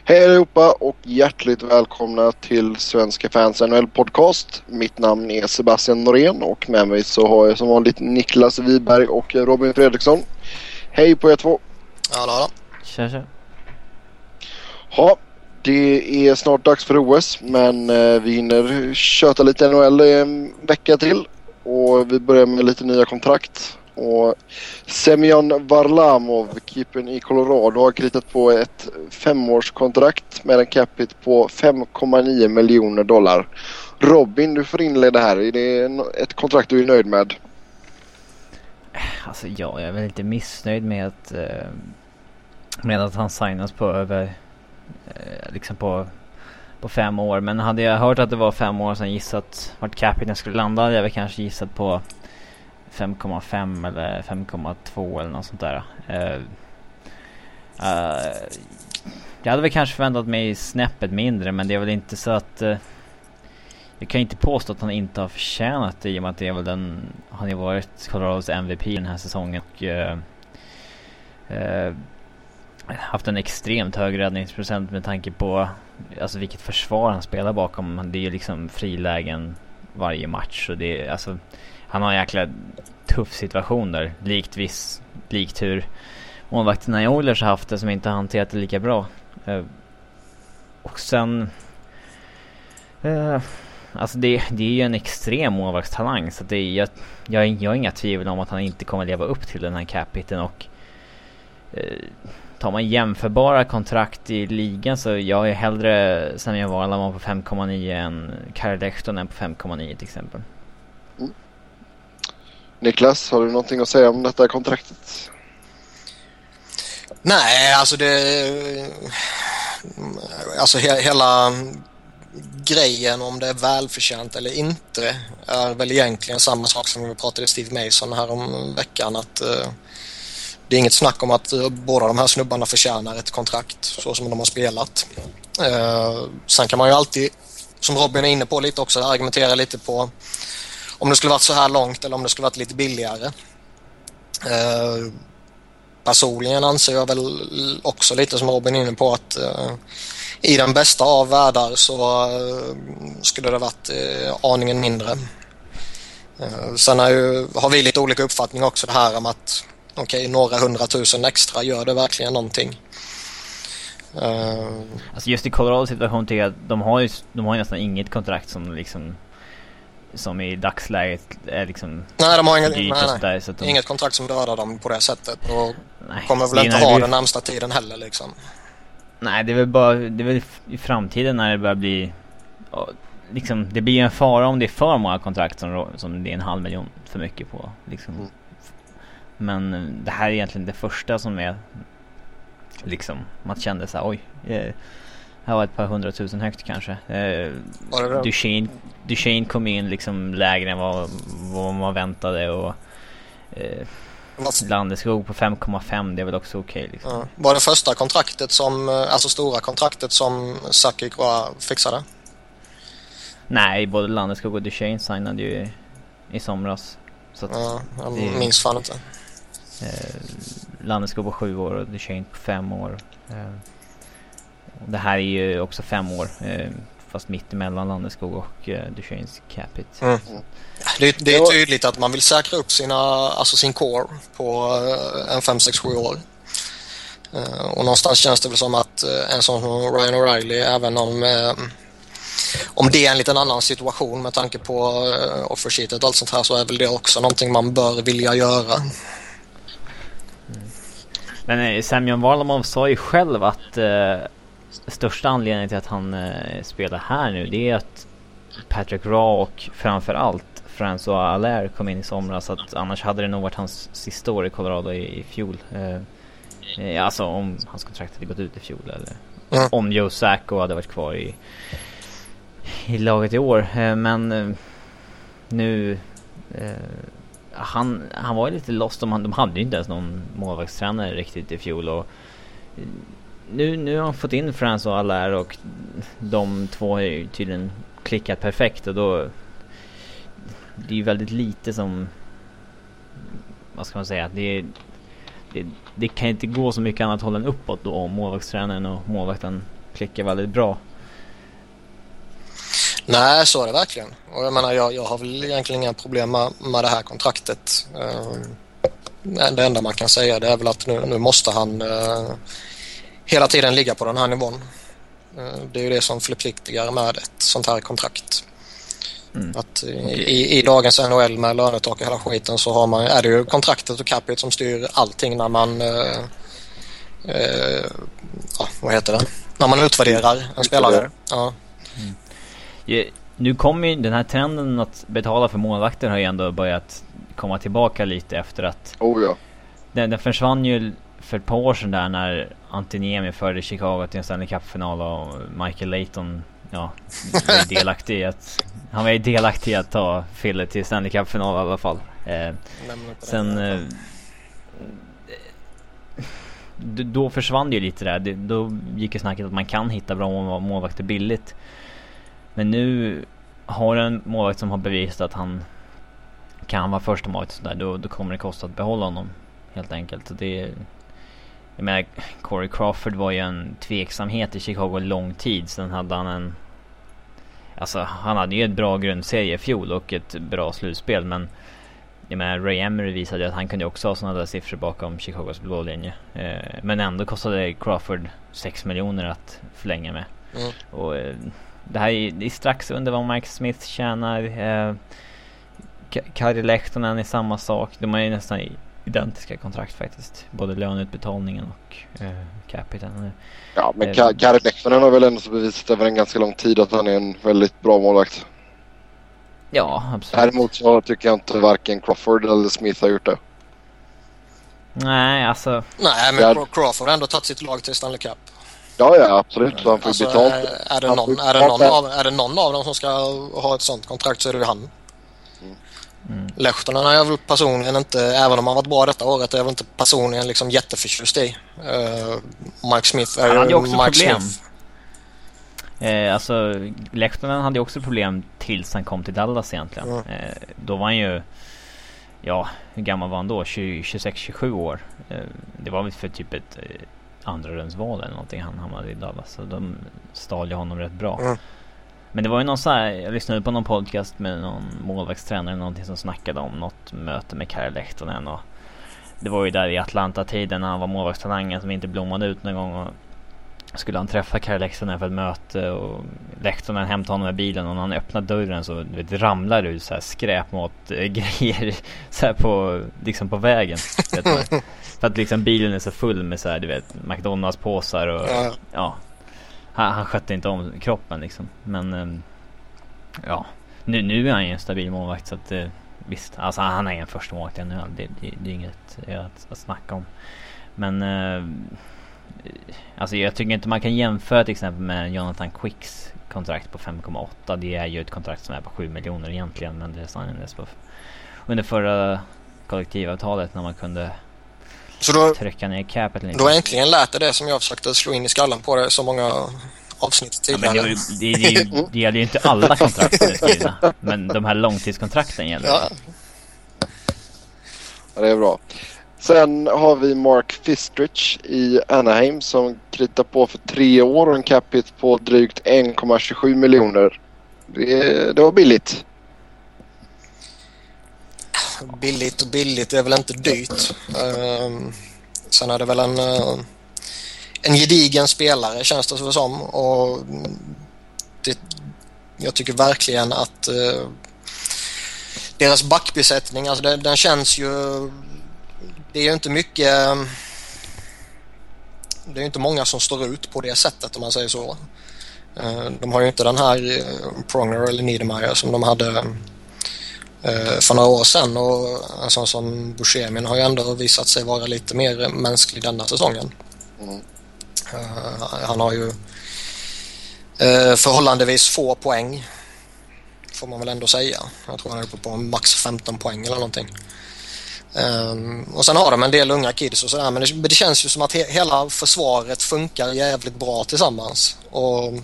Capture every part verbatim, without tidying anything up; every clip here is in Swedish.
Hej allihopa och hjärtligt välkomna till Svenska Fans N H L-podcast. Mitt namn är Sebastian Norén och med mig så har jag som vanligt Niklas Wiberg och Robin Fredriksson. Hej på er två. Hallå, hallå. Tja, tja. Ja, det är snart dags för O S, men eh, vi hinner köta lite N H L en vecka till. Och vi börjar med lite nya kontrakt. Och Semyon Varlamov, keepern i Colorado, har kritat på ett femårskontrakt med en capita på fem komma nio miljoner dollar. Robin, du får inleda här. Är det ett kontrakt du är nöjd med? Alltså ja, jag är väl inte missnöjd med att, eh, med att han signas på över eh, liksom på, på fem år. Men hade jag hört att det var fem år sedan gissat vart capita skulle landa, hade jag väl kanske gissat på fem komma fem eller fem komma två eller något sånt där. Uh, uh, jag hade väl kanske förväntat mig snäppet mindre, men det är väl inte så att uh, jag kan inte påstå att han inte har förtjänat det, i och med att det är väl den, han har varit Colorados M V P den här säsongen och uh, uh, haft en extremt hög räddningsprocent med tanke på alltså vilket försvar han spelar bakom. Det är ju liksom frilägen varje match, och det är alltså, han har en jäkla tuff situation där, likt viss, likt hur målvakterna i Oilers har haft det, som inte har hanterat det lika bra. Uh, och sen uh, alltså det, det är ju en extrem målvaktstalang, så det är, jag, jag, jag har inga tvivel om att han inte kommer leva upp till den här capiten. Och uh, tar man jämförbara kontrakt i ligan, så jag är hellre Semyon Varlamov på fem komma nio än Kyle Lehtonen på fem komma nio till exempel. Mm. Niklas, har du någonting att säga om detta kontraktet? Nej, alltså det... Alltså he- hela grejen om det är välförtjänt eller inte är väl egentligen samma sak som vi pratade Steve Mason här om veckan. Att uh, det är inget snack om att uh, båda de här snubbarna förtjänar ett kontrakt så som de har spelat. Uh, sen kan man ju alltid, som Robin är inne på lite också, argumentera lite på om det skulle varit så här långt eller om det skulle varit lite billigare. Eh, personligen anser jag väl också lite som Robin är inne på att eh, i den bästa av världar så eh, skulle det varit eh, aningen mindre. Eh, sen är ju, har vi lite olika uppfattning också det här om att okej, okay, några hundratusen extra, gör det verkligen någonting? Eh, alltså just i Colorados situation tycker jag att de har ju, de har ju nästan inget kontrakt som liksom som i dagsläget är liksom nej, de har inget, nej, nej. Där, så att de... inget kontrakt som dödar dem på det sättet, och nej, kommer väl inte ha vi... den närmsta tiden heller liksom. Nej, det är väl bara det är väl i framtiden när det börjar bli liksom, det blir en fara om det är för många kontrakt som, som det är en halv miljon för mycket på liksom. Mm. Men det här är egentligen det första som är liksom, man kände så här, oj, eh, här var ett par hundratusen högt kanske. Eh, Duchene, Duchene kom in liksom lägre än vad, vad man väntade, och eh, Landeskog på fem komma fem, det är väl också okej okay, liksom. Ja. Var det första kontraktet som, alltså stora kontraktet som Sakic fixade? Nej, både Landeskog och Duchene signade ju i, i somras. Så att ja, jag det, minns fan inte. Eh, Landeskog på sju år och Duchene på fem år. Eh, Det här är ju också fem år, eh, fast mitt emellan Landeskog och eh, Duchenes capita. Mm. Det, det är tydligt att man vill säkra upp sina, alltså sin core på eh, en fem sex sju år. Eh, och någonstans känns det väl som att eh, en sån som Ryan O'Reilly, även om, eh, om det är en liten annan situation med tanke på eh, offersheetet och allt sånt här, så är väl det också någonting man bör vilja göra. Mm. Men eh, Semyon Varlamov sa ju själv att eh, största anledningen till att han eh, spelar här nu, det är att Patrick Roy och framförallt François Allaire kom in i somras, så att annars hade det nog varit hans sista år i Colorado i, i fjol. Eh, eh, alltså om hans kontrakt hade gått ut i fjol, eller mm. om Joe Sacco hade varit kvar i, i laget i år. Eh, men eh, nu eh, han, han var ju lite lost. De, de hade ju inte ens någon målvaktstränare riktigt i fjol, och eh, Nu, nu har han fått in François Allaire, och de två har ju tydligen klickat perfekt, och då det är ju väldigt lite som, vad ska man säga, det, det, det kan inte gå så mycket annat håll än uppåt då, om målvaktstränaren och målvakten klickar väldigt bra. Nej, så är det verkligen. Och jag menar, jag, jag har väl egentligen inga problem med, med det här kontraktet. Uh, det enda man kan säga det är väl att nu, nu måste han uh, hela tiden ligga på den här nivån. Uh, det är ju det som förpliktigar med ett sånt här kontrakt. Mm. Att i, i dagens N H L med lönetak och hela skiten så har man, är det ju kontraktet och capita som styr allting när man uh, uh, ja, vad heter det? När man utvärderar en spelare. Ja. Mm. Ja, nu kommer ju den här trenden att betala för målvakter har ju ändå börjat komma tillbaka lite efter att oh ja. den, den försvann ju för ett par år sedan där när Antiniemi förde Chicago till en Stanley Cup-final och Michael Layton ja, var delaktig i att han var ju delaktig i att ta Philly till Stanley Cup-final i alla fall. Eh, sen eh, då försvann det ju lite där. Det, då gick ju snacket att man kan hitta bra målvakter billigt. Men nu har en målvakt som har bevisat att han kan vara första målvakt där, då, då kommer det kosta att behålla honom helt enkelt. Så det, jag menar, Corey Crawford var ju en tveksamhet i Chicago lång tid. Sen hade han en alltså han hade ju ett bra grundserie i fjol och ett bra slutspel, men jag menar, Ray Emery visade att han kunde också ha sådana där siffror bakom Chicagos blå linje. Eh, men ändå kostade Crawford sex miljoner att förlänga med. Mm. Och eh, det här är, det är strax under vad Mike Smith tjänar. Eh, Kari Lehtonen är samma sak. De är ju nästan identiska kontrakt faktiskt. Både löneutbetalningen och eh, capiten. Ja, men eh, Kari Lehtonen har väl ändå bevisat över en ganska lång tid att han är en väldigt bra målvakt. Ja, absolut. Däremot så tycker jag inte varken Crawford eller Smith har gjort det. Nej, alltså... Nej, men ja. Crawford har ändå tagit sitt lag till Stanley Cup. Ja, ja, absolut. Så han får alltså, betalt. Är, är, det någon, är, det någon av, är det någon av dem som ska ha ett sånt kontrakt så är det ju han. Mm. Mm. Lehtonen har jag väl personligen inte, även om han varit bra detta året, är jag väl inte personligen liksom jätteförtjust i. Uh, Mike Smith är han hade ju också Mike problem. Smith. Eh, alltså, Lehtonen hade ju också problem tills han kom till Dallas egentligen. Mm. Eh, då var han ju, ja, hur gammal var han då? tjugosex tjugosju år. Eh, det var väl för typ ett eh, andra rundsval eller någonting han hamnade i Dallas. Så de stal ju honom rätt bra. Mm. Men det var ju någon så här, jag lyssnade på någon podcast med någon målvaktstränare eller någonting som snackade om något möte med Kari Lehtonen. Och det var ju där i Atlanta-tiden när han var målvaktstalangen som inte blommade ut någon gång. Och skulle han träffa Kari Lehtonen för ett möte och Lehtonen hämtade honom med bilen och när han öppnade dörren så vet, ramlar ut så här skräp mot äh, grejer så här på, liksom på vägen. Vet man. För att liksom bilen är så full med så här, du vet, McDonalds-påsar och ja, ja han, han skötte inte om kroppen liksom. Men ähm, ja, nu, nu är han ju en stabil målvakt så att äh, visst, alltså han är en första målvakt ännu. Det, det, det är inget att, att snacka om. Men äh, alltså jag tycker inte man kan jämföra till exempel med Jonathan Quicks kontrakt på fem komma åtta. Det är ju ett kontrakt som är på sju miljoner egentligen, men det signades på under förra kollektivavtalet när man kunde så då, trycka ner capet lite. Då äntligen lät det det som jag försökte slå in i skallen på det så många avsnitt tidigare. Ja, men det, det, det, det gäller ju inte alla kontrakt som är skrivna, men de här långtidskontrakten gäller. Ja. Ja, det är bra. Sen har vi Mark Fistrich i Anaheim som kritar på för tre år och en cap hit på drygt en komma tjugosju miljoner. Det, det var billigt. Billigt och billigt, det är väl inte dyrt. Um, sen är det väl en, uh, en gedigen spelare känns det som. Och det, jag tycker verkligen att uh, deras backbesättning, alltså det, den känns ju... Det är ju inte mycket, det är ju inte många som står ut på det sättet om man säger så. De har ju inte den här Pronger eller Niedermeyer som de hade för några år sedan, och en sån som Buscemi har ju ändå visat sig vara lite mer mänsklig denna säsongen. Mm. Han har ju förhållandevis få poäng får man väl ändå säga. Jag tror han är uppe på max femton poäng eller någonting. Um, och sen har de en del unga kids och sådär, men det, det känns ju som att he- hela försvaret funkar jävligt bra tillsammans, och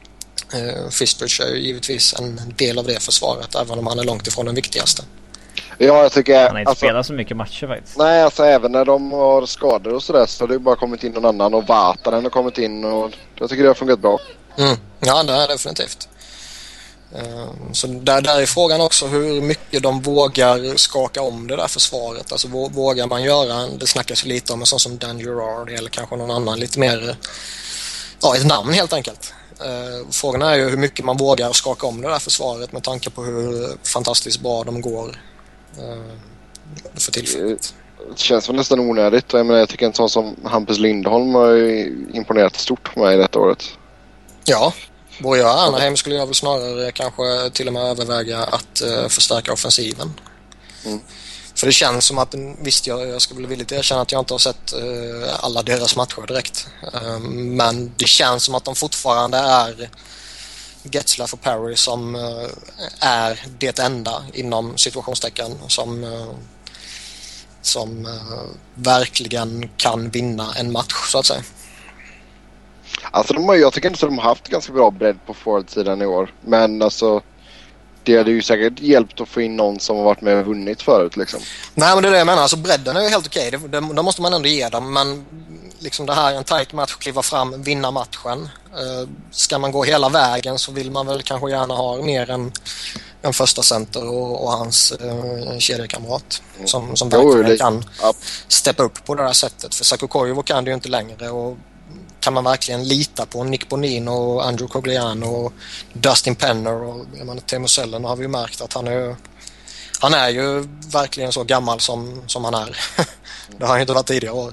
uh, Fistrich är ju givetvis en del av det försvaret, även om han är långt ifrån den viktigaste. Ja, jag tycker... Han har inte alltså, spelat så mycket matcher faktiskt. Nej, alltså även när de har skador och sådär så har det bara kommit in någon annan och Vatanen har kommit in och jag tycker det har fungerat bra. Mm. Ja, det är definitivt. Uh, så där, där är frågan också hur mycket de vågar skaka om det där försvaret. Alltså vågar man göra, det snackas lite om en sån som Dan Gerard eller kanske någon annan lite mer, ja, ett namn helt enkelt. Uh, frågan är ju hur mycket man vågar skaka om det där försvaret med tanke på hur fantastiskt bra de går uh, för tillfället. Det känns väl nästan onödigt. Jag menar, jag tycker en sån som Hampus Lindholm har imponerat stort på mig detta året. Ja, vore jag Anaheim skulle jag väl snarare kanske till och med överväga att uh, förstärka offensiven. Mm. För det känns som att, visst jag, jag skulle vilja erkänna att jag inte har sett uh, alla deras matcher direkt. Uh, men det känns som att de fortfarande är Getzlaff och Perry som uh, är det enda inom situationstecken som, uh, som uh, verkligen kan vinna en match så att säga. Alltså de har, jag tycker inte att de har haft ganska bra bredd på forwardsidan i år. Men alltså det hade ju säkert hjälpt att få in någon som har varit med och vunnit förut liksom. Nej, men det är det jag menar. Alltså bredden är ju helt okej. Det, det, det måste man ändå ge dem. Men liksom det här är en tight match, kliva fram, vinna matchen. Uh, ska man gå hela vägen så vill man väl kanske gärna ha mer än en första center och, och hans uh, kedjekamrat. Mm. Som, som verkligen kan ja. steppa upp på det här sättet. För Saku Koivu kan det ju inte längre och kan man verkligen lita på Nick Bonino och Andrew Cogliano och Dustin Penner och jag menar, Teemu Selänne har vi ju märkt att han är han är ju verkligen så gammal som, som han är. Det har han inte varit tidigare år.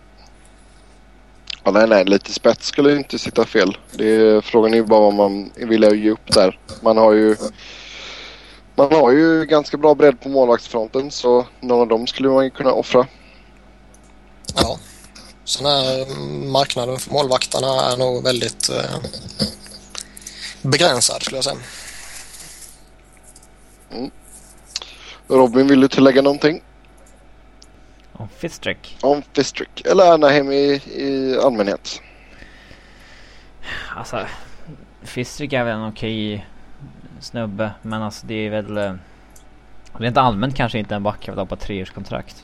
Ja, nej, nej, lite spets skulle inte sitta fel. Det är, frågan är ju bara vad man vill ge upp där. Man har ju man har ju ganska bra bredd på målvaktsfronten så någon av dem skulle man ju kunna offra. Ja. Sen är marknaden för målvakterna är nog väldigt eh, begränsad skulle jag säga. Mm. Robin, vill du tillägga någonting? Om Fistrick? Om Fistrick. Eller Anaheim i, i allmänhet. Alltså, Fistrick är väl en okej snubbe. Men alltså det är väl eh, rent allmänt kanske inte en back av på treårskontrakt.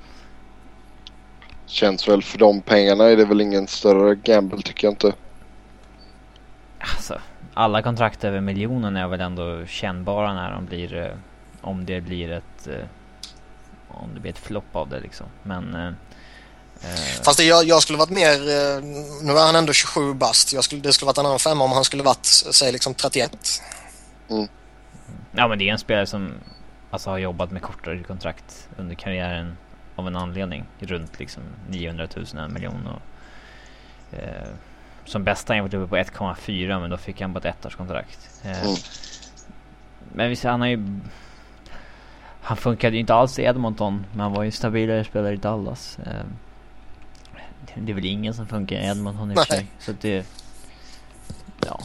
Känns väl för de pengarna är det väl ingen större gamble tycker jag inte. Alltså, alla kontrakt över miljonen är väl ändå kännbara när de blir eh, om det blir ett eh, om det blir ett flopp av det liksom. Men eh, fast det, jag, jag skulle varit mer eh, nu var han ändå tjugosju bast. Jag skulle det skulle varit en annan femma om han skulle varit säg liksom trettioett. Mm. Ja, men det är en spelare som alltså har jobbat med kortare kontrakt under karriären av en anledning runt liksom niohundratusen, en miljon och eh, som bästa han varit uppe på ett komma fyra men då fick han på ett ettårskontrakt. Eh, mm. Men visst, han har ju han funkade ju inte alls i Edmonton men han var ju stabilare spelare i Dallas. Eh, det är väl ingen som funkar i Edmonton i och för sig. Så att det ja.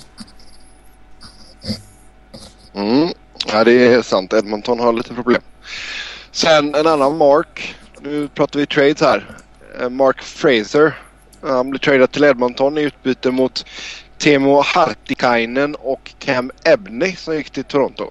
Mm. Ja, det är sant. Edmonton har lite problem. Sen en annan Mark. Nu pratar vi trades här. Mark Fraser. Han blev tradad till Edmonton i utbyte mot Timo Hartikainen och Cam Ebney som gick till Toronto.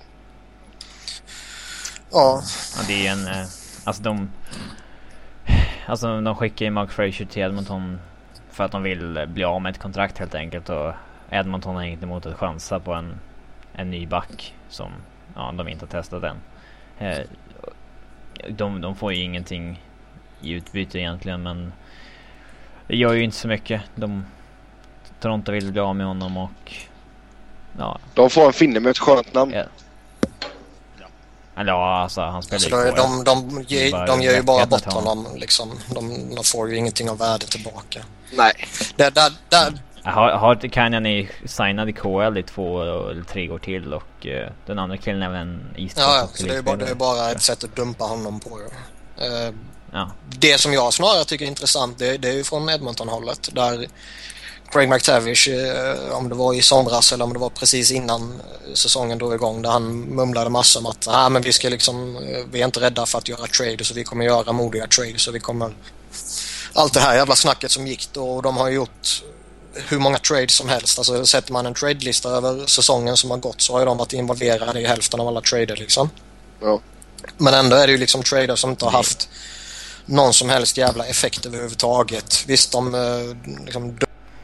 Ja. Ja, det är en eh, alltså de alltså de skickar ju Mark Fraser till Edmonton för att de vill bli av med ett kontrakt helt enkelt och Edmonton har inget emot att chansa på en en ny back som ja, de inte har testat än. Eh, de, de får ju ingenting i utbyte egentligen men det gör ju inte så mycket. De Toronto vill bli av med honom och ja. De får en finne med ett skönt namn. Ja. Eller ja, alltså han spelar alltså, ju de, de, de, ge, de gör ju bara bort honom liksom. De, de får ju ingenting av värde tillbaka. Nej. Där, där, där. Har, har Kanyan är signad i K L i två eller tre år till och uh, den andra killen är väl en East Ja, ja så det är, bara, det är bara ett sätt att dumpa honom på. Uh, ja. Det som jag snarare tycker är intressant det, det är ju från Edmonton-hållet där Craig McTavish, uh, om det var i somras eller om det var precis innan säsongen drog igång där han mumlade massor om att ah, men vi ska liksom, uh, vi är inte rädda för att göra trades så vi kommer göra modiga trades så vi kommer allt det här jävla snacket som gick då och de har gjort hur många trades som helst. Alltså sätter man en trade-lista över säsongen som har gått så har ju de varit involverade i hälften av alla trader liksom. Ja. Men ändå är det ju liksom traders som inte har haft någon som helst jävla effekt överhuvudtaget. Visst, de eh, liksom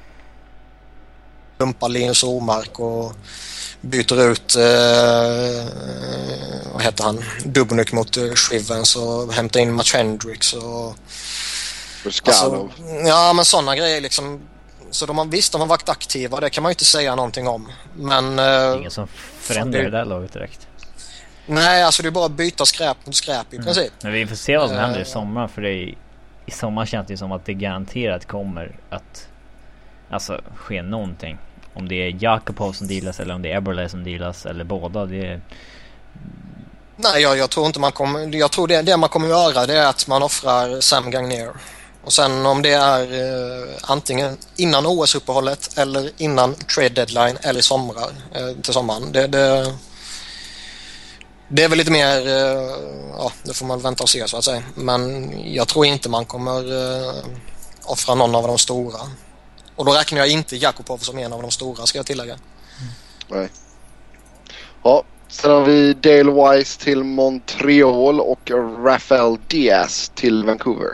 dumpar Linus Omark och byter ut eh, vad heter han? Dubnyk mot uh, Shrivens och hämtar in Match Hendricks och alltså, ja, men sådana grejer liksom. Så de har, visst, de har varit aktiva, det kan man ju inte säga någonting om. Men eh, ingen som förändrar det där laget direkt. Nej, alltså det är bara att byta skräp mot skräp i mm. princip. Men vi får se vad som uh, händer i sommar, för det är, i sommar känns det som att det garanterat kommer att alltså ske någonting. Om det är Jakubov som dealas eller om det är Eberle som dealas eller båda, det är... Nej, jag, jag tror inte man kommer... Jag tror det, det man kommer göra, det är att man offrar Sam Gagner. Och sen om det är eh, antingen innan O S-uppehållet eller innan trade deadline eller i somrar, eh, till sommaren. Det, det, det är väl lite mer... Eh, ja, det får man vänta och se så att säga. Men jag tror inte man kommer eh, offra någon av de stora. Och då räknar jag inte Jakubov som en av de stora, ska jag tillägga. Mm. Nej. Ja, sen har vi Dale Weiss till Montreal och Rafael Diaz till Vancouver.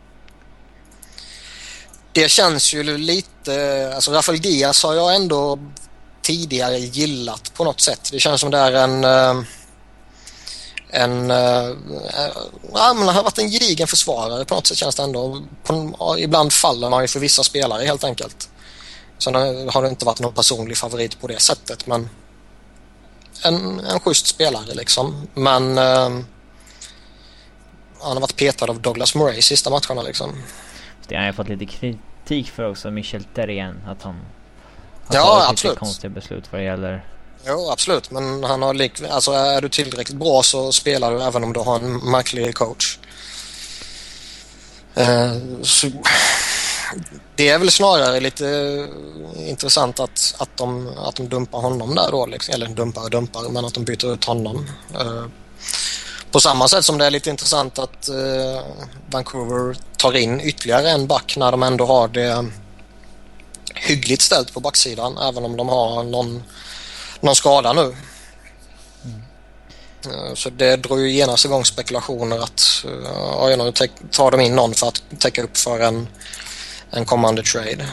Det känns ju lite... Alltså Rafael Diaz har jag ändå tidigare gillat på något sätt. Det känns som det är en... En... Ja, men har varit en gedigen försvarare på något sätt, känns det ändå. På, ibland faller man ju för vissa spelare helt enkelt. Så har det inte varit någon personlig favorit på det sättet, men en, en schysst spelare liksom. Men eh, han har varit petad av Douglas Murray sista matcherna liksom. Det har jag fått lite kritik för också, Michel Therrien, att han har ja, tagit absolut. lite konstiga beslut vad det gäller. Jo, absolut, men han har lik... alltså, är du tillräckligt bra så spelar du även om du har en märklig coach. Eh, så... Det är väl snarare lite intressant att, att, de, att de dumpar honom där då, liksom. Eller dumpar och dumpar, men att de byter ut honom. Eh, på samma sätt som det är lite intressant att eh, Vancouver tar in ytterligare en back när de ändå har det hyggligt ställt på backsidan, även om de har någon någon skada nu. Mm. Så det drar ju genast igång spekulationer att ja, nu tar de in någon för att täcka upp för en, en kommande trade.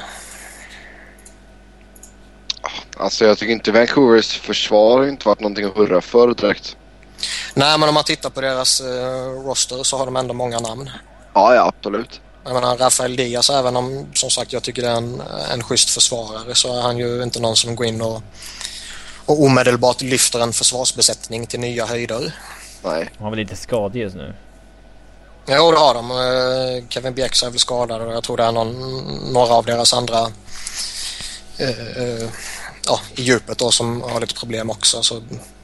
Alltså jag tycker inte Vancouvers försvar har inte varit någonting att hurra för direkt. Nej, men om man tittar på deras uh, roster så har de ändå många namn. Ja, ja, absolut. Jag menar, Rafael Diaz, även om som sagt jag tycker det är en, en schysst försvarare, så är han ju inte någon som går in och och omedelbart lyfter en försvarsbesättning till nya höjder. Nej. Han har väl lite skadad just nu? Jo, det har de. Kevin Bjäx är väl skadad och jag tror det är någon, några av deras andra eh, eh, ja, i djupet då som har lite problem också. Så,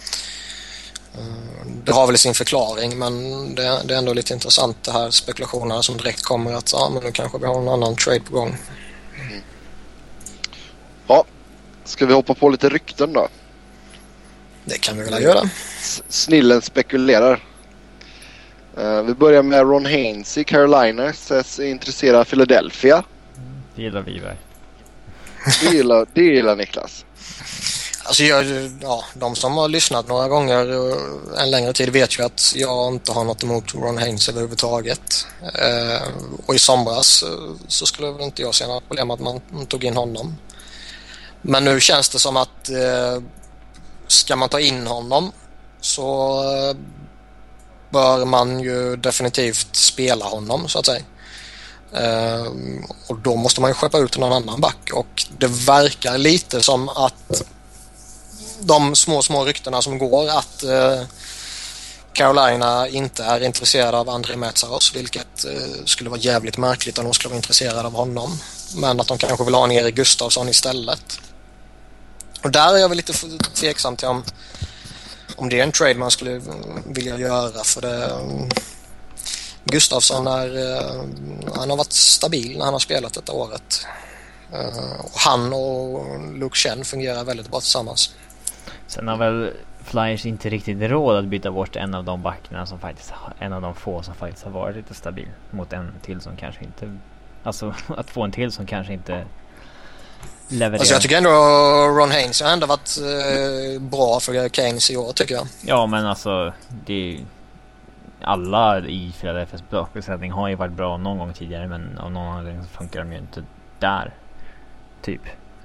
eh, det har väl sin förklaring, men det, det är ändå lite intressant det här spekulationerna som direkt kommer att ja, men nu kanske vi har en annan trade på gång. Mm. Ja, ska vi hoppa på lite rykten då? Det kan vi väl göra. Snillen spekulerar. Uh, vi börjar med Ron Haynes i Carolina. Ses intresserad av Philadelphia. Mm, det gillar vi väl. Det gillar, det gillar Niklas. Alltså jag, ja, de som har lyssnat några gånger en längre tid vet ju att jag inte har något emot Ron Haynes överhuvudtaget. Uh, och i somras så skulle väl inte jag se några problem att man tog in honom. Men nu känns det som att uh, ska man ta in honom så bör man ju definitivt spela honom så att säga. Uh, och då måste man ju skeppa ut någon annan back, och det verkar lite som att de små små ryktena som går att uh, Carolina inte är intresserad av Andrei Metsaros, vilket uh, skulle vara jävligt märkligt om de skulle vara intresserade av honom, men att de kanske vill ha en Erik Gustafsson istället. Och där är jag väl lite tveksam till om, om det är en trade man skulle vilja göra, för det, um, Gustafsson är, uh, han har varit stabil när han har spelat detta året. Uh, och han och Luke Chen fungerar väldigt bra tillsammans. Sen har väl Flyers inte riktigt råd att byta bort en av de backarna som faktiskt, en av de få som faktiskt har varit lite stabil mot en till som kanske inte, alltså att få en till som kanske inte levererar. Alltså jag tycker ändå Ron Haynes har ändå varit eh, bra för Keynes i år, tycker jag. Ja, men alltså det, alla i Philadelphias blockbesättning har ju varit bra någon gång tidigare, men av någon anledning så funkar de ju inte där. Typ.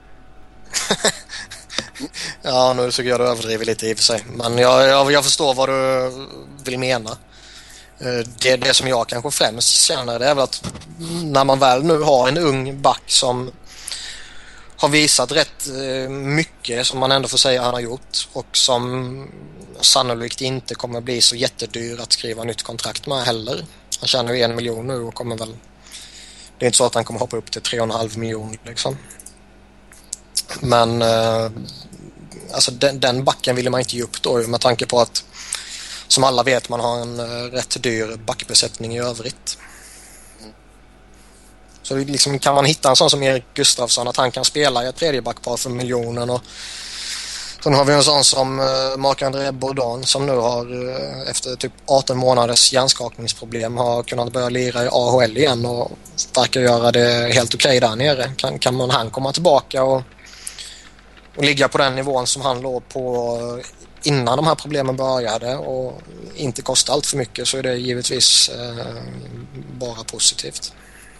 Ja, nu tycker jag du överdriver lite i och för sig. Men jag, jag, jag förstår vad du vill mena. Det, det som jag kanske främst känner, det är väl att när man väl nu har en ung back som har visat rätt mycket, som man ändå får säga han har gjort, och som sannolikt inte kommer bli så jättedyr att skriva nytt kontrakt med heller. Han tjänar ju en miljon nu och kommer väl, det är inte så att han kommer hoppa upp till tre och en halv miljon liksom. Men eh, alltså den, den backen vill man inte ge upp då, med tanke på att, som alla vet, man har en uh, rätt dyr backbesättning i övrigt. Så liksom, kan man hitta en sån som Erik Gustafsson, att han kan spela i ett tredje backpar för miljonen, och sen har vi en sån som uh, Marc-André Bourdon som nu har uh, efter typ arton månaders hjärnskakningsproblem har kunnat börja lira i A H L igen och verkar göra det helt okej okay där nere. Kan, kan man han komma tillbaka och, och ligga på den nivån som han låg på uh, innan de här problemen började och inte kosta allt för mycket, så är det givetvis uh, bara positivt.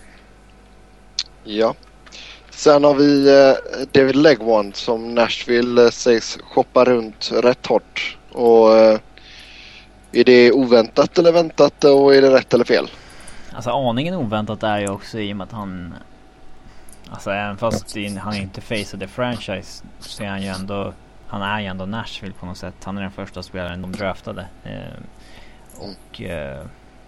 Ja. Sen har vi eh, David Legwand som Nashville eh, sägs shoppa runt rätt hårt. Och eh, är det oväntat eller väntat, och är det rätt eller fel? Alltså aningen oväntat är ju också i och med att han, alltså även fast han är inte face of the franchise, så är han ju ändå, han är ju ändå Nashville på något sätt. Han är den första spelaren de draftade. Eh, och eh,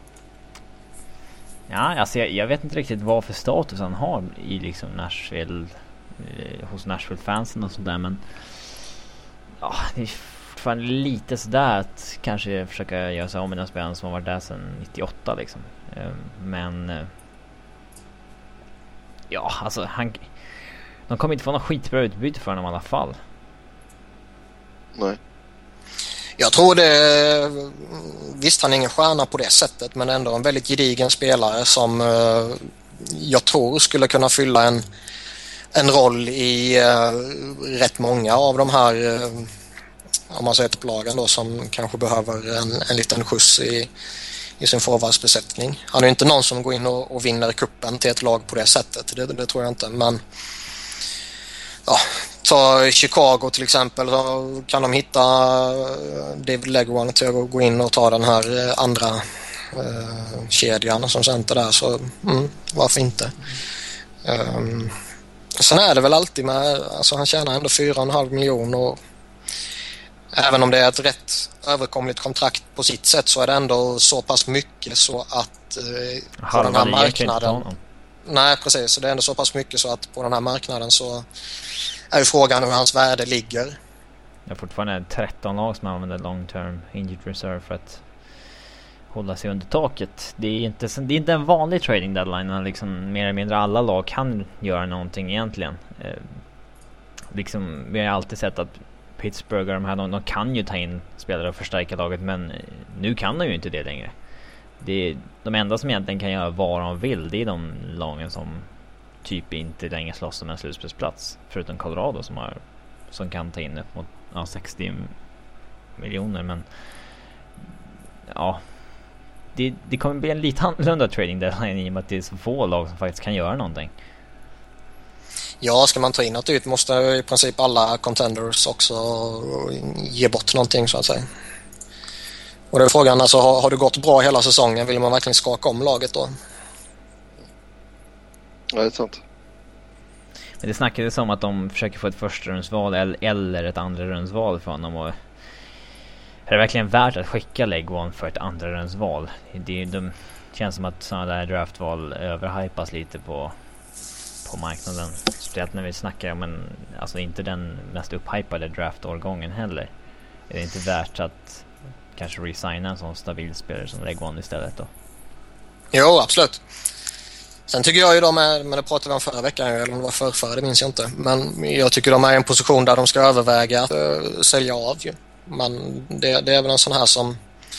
ja, alltså jag, jag vet inte riktigt vad för status han har i liksom Nashville, eh, hos Nashville-fansen och sådär, men ja, det är fortfarande lite sådär att kanske försöka göra sig om med den spelaren som har varit där sedan nittioåtta liksom. Eh, men eh, ja, alltså han, de kommer inte få något skitbra utbyte för honom i alla fall. Nej. Jag tror det, visst han är ingen stjärna på det sättet, men ändå en väldigt gedigen spelare som uh, jag tror skulle kunna fylla en, en roll i uh, rätt många av de här, uh, om man säger topplagen då, som kanske behöver en, en liten skjuts i, i sin forwardsbesättning. Han är inte någon som går in och, och vinner kuppen till ett lag på det sättet, det, det tror jag inte, men ja, ta Chicago till exempel, så kan de hitta David Legwand till att gå in och ta den här andra eh, kedjan som center där, så mm, varför inte. Um, sen är det väl alltid med, alltså han tjänar ändå fyra och en halv miljon, och även om det är ett rätt överkomligt kontrakt på sitt sätt, så är det ändå så pass mycket så att eh, på den här marknaden, nej precis, så det är ändå så pass mycket så att på den här marknaden så är ju frågan hur hans värde ligger. Det är fortfarande tretton lag som använder long term injured reserve för att hålla sig under taket. Det är inte, det är inte en vanlig trading deadline, liksom mer eller mindre alla lag kan göra någonting egentligen. Eh, liksom, vi har alltid sett att Pittsburgh och de här, de, de kan ju ta in spelare och förstärka laget, men nu kan de ju inte det längre. Det är, de enda som egentligen kan göra vad de vill, det är de lagen som typ inte längre slåss om en slutspelsplats, förutom Colorado som har, som kan ta in upp mot ja, sextio miljoner, men ja, det, det kommer bli en lite annorlunda trading deadline i och med att det är så få lag som faktiskt kan göra någonting. Ja, ska man ta in något ut måste i princip alla contenders också ge bort någonting så att säga. Och det är frågan, alltså har, har det gått bra hela säsongen, vill man verkligen skaka om laget då? Ja, det är sant. Men det snackades om att de försöker få ett första rundsval eller ett andra rundsval för honom, och är det verkligen värt att skicka Legwand för ett andra rundsval? Det, det känns som att sådana där draftval överhypas lite på på marknaden, speciellt när vi snackar om en, alltså inte den mest upphypade draftårgången heller. Är det inte värt att kanske resigna en sån stabil spelare som Legwand istället då? Jo, absolut. Sen tycker jag ju de är, men det pratade vi om förra veckan, eller om det var förrförra, det minns jag inte. Men jag tycker de är i en position där de ska överväga att uh, sälja av ju. Men det, det är väl en sån här som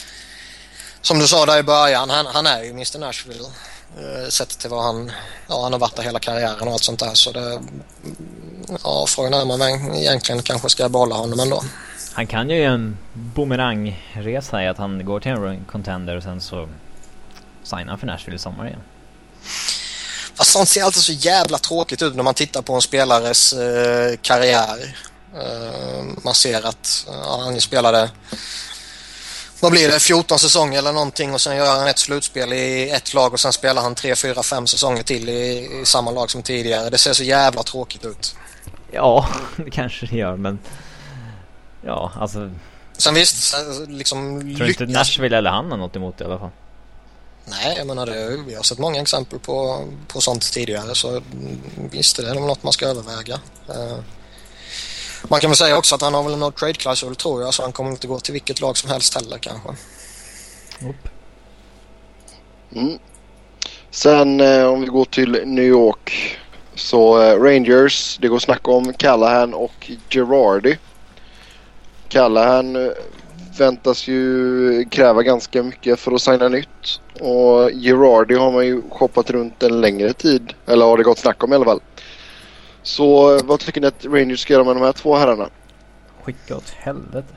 som du sa där i början, han, han är ju mister Nashville. Uh, sett till vad han, ja, han har varit där hela karriären och allt sånt där. Så det, ja, frågan är om man egentligen kanske ska behålla honom ändå. Han kan ju göra en boomerangresa i att han går till en contender och sen så signar för Nashville i sommar igen. Fast sånt ser alltid så jävla tråkigt ut när man tittar på en spelares eh, karriär. Eh, man ser att ja, han spelade, vad blir det, fjorton säsonger eller någonting, och sen gör han ett slutspel i ett lag och sen spelar han tre, fyra, fem säsonger till i, i samma lag som tidigare. Det ser så jävla tråkigt ut. Ja, det kanske det gör, men ja, alltså sen visst, liksom tror lyckas... inte Nashville eller han har något emot det i alla fall. Nej, jag menar det, vi har sett många exempel på, på sånt tidigare, så visst är det något man ska överväga. Uh, man kan väl säga också att han har väl något trade-klausul, tror jag, så han kommer inte gå till vilket lag som helst heller kanske. Upp. Mm. Sen eh, om vi går till New York, så eh, Rangers, det går att snacka om Callahan och Girardi. Callahan eh, väntas ju kräva ganska mycket för att signa nytt, och Girardi har man ju shoppat runt en längre tid, eller har det gått snack om i alla fall. Så vad tycker ni att Rangers ska göra med de här två herrarna? Skicka åt helvete.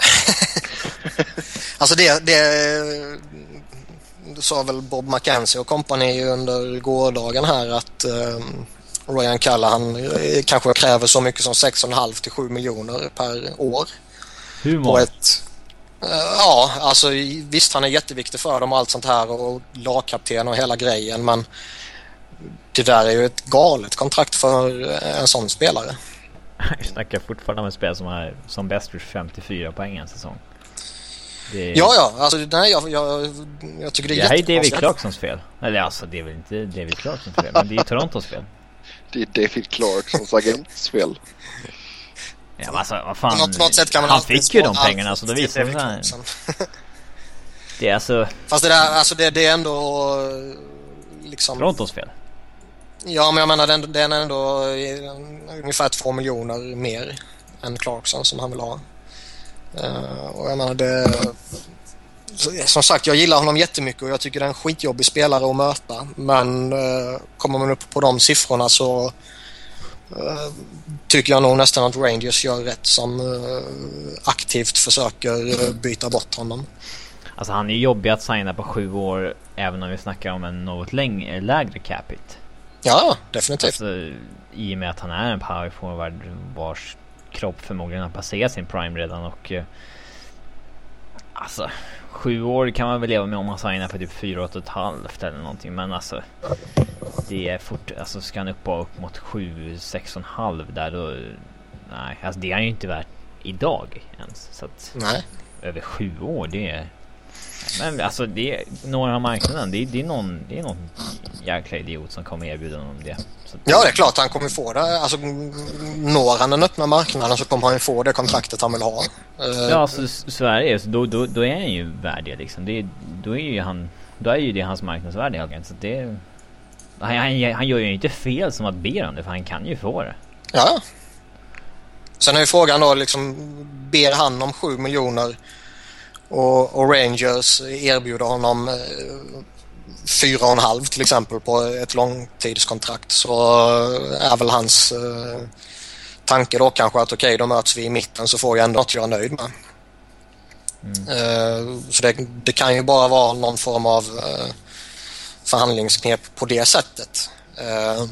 Alltså det, det det sa väl Bob McKenzie och kompani under gårdagen här att um, Ryan Callahan kanske kräver så mycket som sex komma fem till sju miljoner per år. Hur många? Ett, uh, ja, alltså visst, han är jätteviktig för dem och allt sånt här, och lagkapten och hela grejen, men det där är ju ett galet kontrakt för en sån spelare. Jag snackar fortfarande om en spelare som har som bäst gjort femtiofyra poäng en säsong. Det är... Ja, ja, alltså nej, jag, jag, jag tycker det är det här är David jättekonstigt. Clarksons fel. Eller alltså, det är väl inte David Clarksons fel, men det är Torontos fel. Det är David Clarksons agents fel. Ja, men alltså, vad fan. Något, något sätt kan man han fick ju de pengarna, allt så då visar det sig. Det är alltså... Fast det där, alltså det, det är ändå liksom... Torontos fel. Ja, men jag menar, den, den är ändå ungefär två miljoner mer än Clarkson som han vill ha. Uh, och jag menar det... Som sagt, jag gillar honom jättemycket och jag tycker det är en skitjobbig spelare att möta. Men uh, kommer man upp på de siffrorna så uh, tycker jag nog nästan att Rangers gör rätt som uh, aktivt försöker byta bort honom. Alltså han är jobbig att signa på sju år, även om vi snackar om en något längre, lägre capita. Ja, definitivt. Alltså, i och med att han är en power forward vars kropp förmodligen har passerat sin prime redan, och eh, alltså sju år kan man väl leva med om man signar för typ fyra och ett halvt eller någonting, men alltså det är fort, alltså ska han upp, upp mot sju, sex och en halv där då, nej, alltså det är han ju inte värt idag ens, så att nej. Över sju år, det är, men alltså det är några av marknaden, det är, det är någon det är någon jäkla idiot som kommer erbjuda honom det. Så ja, det är klart han kommer få det. Alltså når han den öppna marknaden så kommer han ju få det kontraktet han vill ha. Ja, alltså Sverige, så då, då, då är han ju värd det liksom. Det, då är ju han, då är ju det hans marknadsvärde helt, så det, han, han, han gör ju inte fel som att be om det, för han kan ju få det. Ja. Sen är ju frågan då liksom, ber han om sju miljoner och, och Rangers erbjuder honom eh, fyra och en halv till exempel på ett långtidskontrakt, så är väl hans eh, tanke då kanske att okej, okay, då möts vi i mitten så får jag ändå något jag är nöjd med. Mm. Eh, så det, det kan ju bara vara någon form av eh, förhandlingsknep på det sättet. Eh,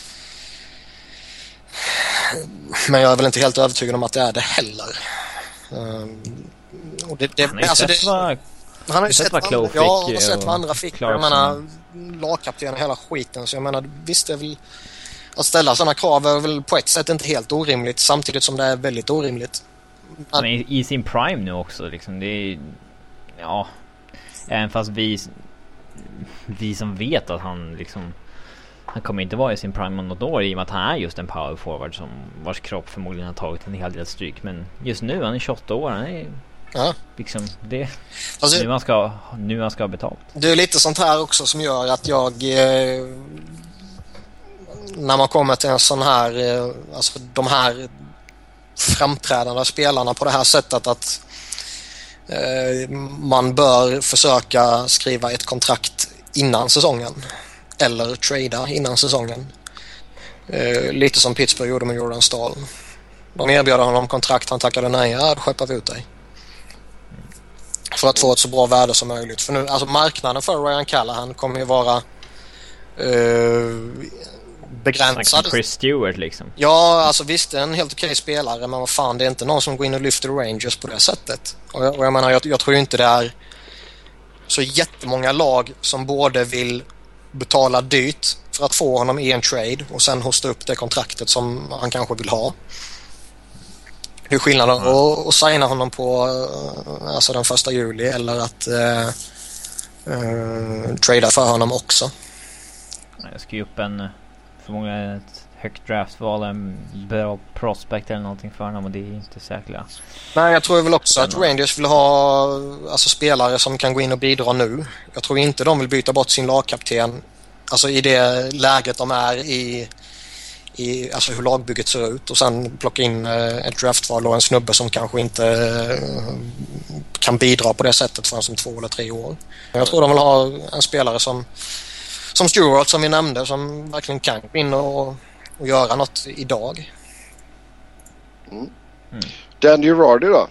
men jag är väl inte helt övertygad om att det är det heller. Eh, och det, det, han har ju alltså sett det, vad han har ju sett vad Chloe fick. Ja, han har sett vad andra fick. Jag menar, lagkapten och hela skiten. Så jag menar, visst det är väl, att ställa sådana krav är väl på ett sätt inte helt orimligt, samtidigt som det är väldigt orimligt. Men i, i sin prime nu också liksom, det är, ja, även fast vi vi som vet att han liksom, han kommer inte vara i sin prime om något år, i och med att han är just en power forward som vars kropp förmodligen har tagit en hel del stryk, men just nu, han är tjugoåtta år, han är ja. Liksom det, alltså, nu han ska nu han ska ha betalt. Det är lite sånt här också som gör att jag eh, när man kommer till en sån här eh, alltså de här framträdande spelarna på det här sättet, att eh, man bör försöka skriva ett kontrakt innan säsongen eller trada innan säsongen. Eh, lite som Pittsburgh gjorde med Jordan Stahl. De erbjöd honom kontrakt, han tackade nej. Ja, då skeppar vi ut dig. För att få ett så bra värde som möjligt. För nu, alltså marknaden för Ryan Callahan kommer ju vara uh, begränsad. Chris Stewart liksom. Ja, alltså visst, det är en helt okej spelare, men vad fan, det är inte någon som går in och lyfter Rangers på det sättet. Och jag, och jag menar, jag, jag tror ju inte det är så jättemånga lag som både vill betala dyrt för att få honom i en trade och sen hosta upp det kontraktet som han kanske vill ha. Det är skillnaden mm. att, att signa honom på alltså den första juli eller att uh, uh, trada för honom också. Jag ska ju upp en förmodligen ett högt draftval, en bra prospect eller någonting för honom, och det är inte säkert. Nej, jag tror väl också att Rangers vill ha alltså spelare som kan gå in och bidra nu. Jag tror inte de vill byta bort sin lagkapten alltså i det läget de är i, i alltså hur lagbygget ser ut, och sen plocka in ett draftval och en snubbe som kanske inte kan bidra på det sättet förrän som två eller tre år. Jag tror de vill ha en spelare som som Stewart, som vi nämnde, som verkligen kan gå in och, och göra något idag. Mm. Mm. Dan Girardi då?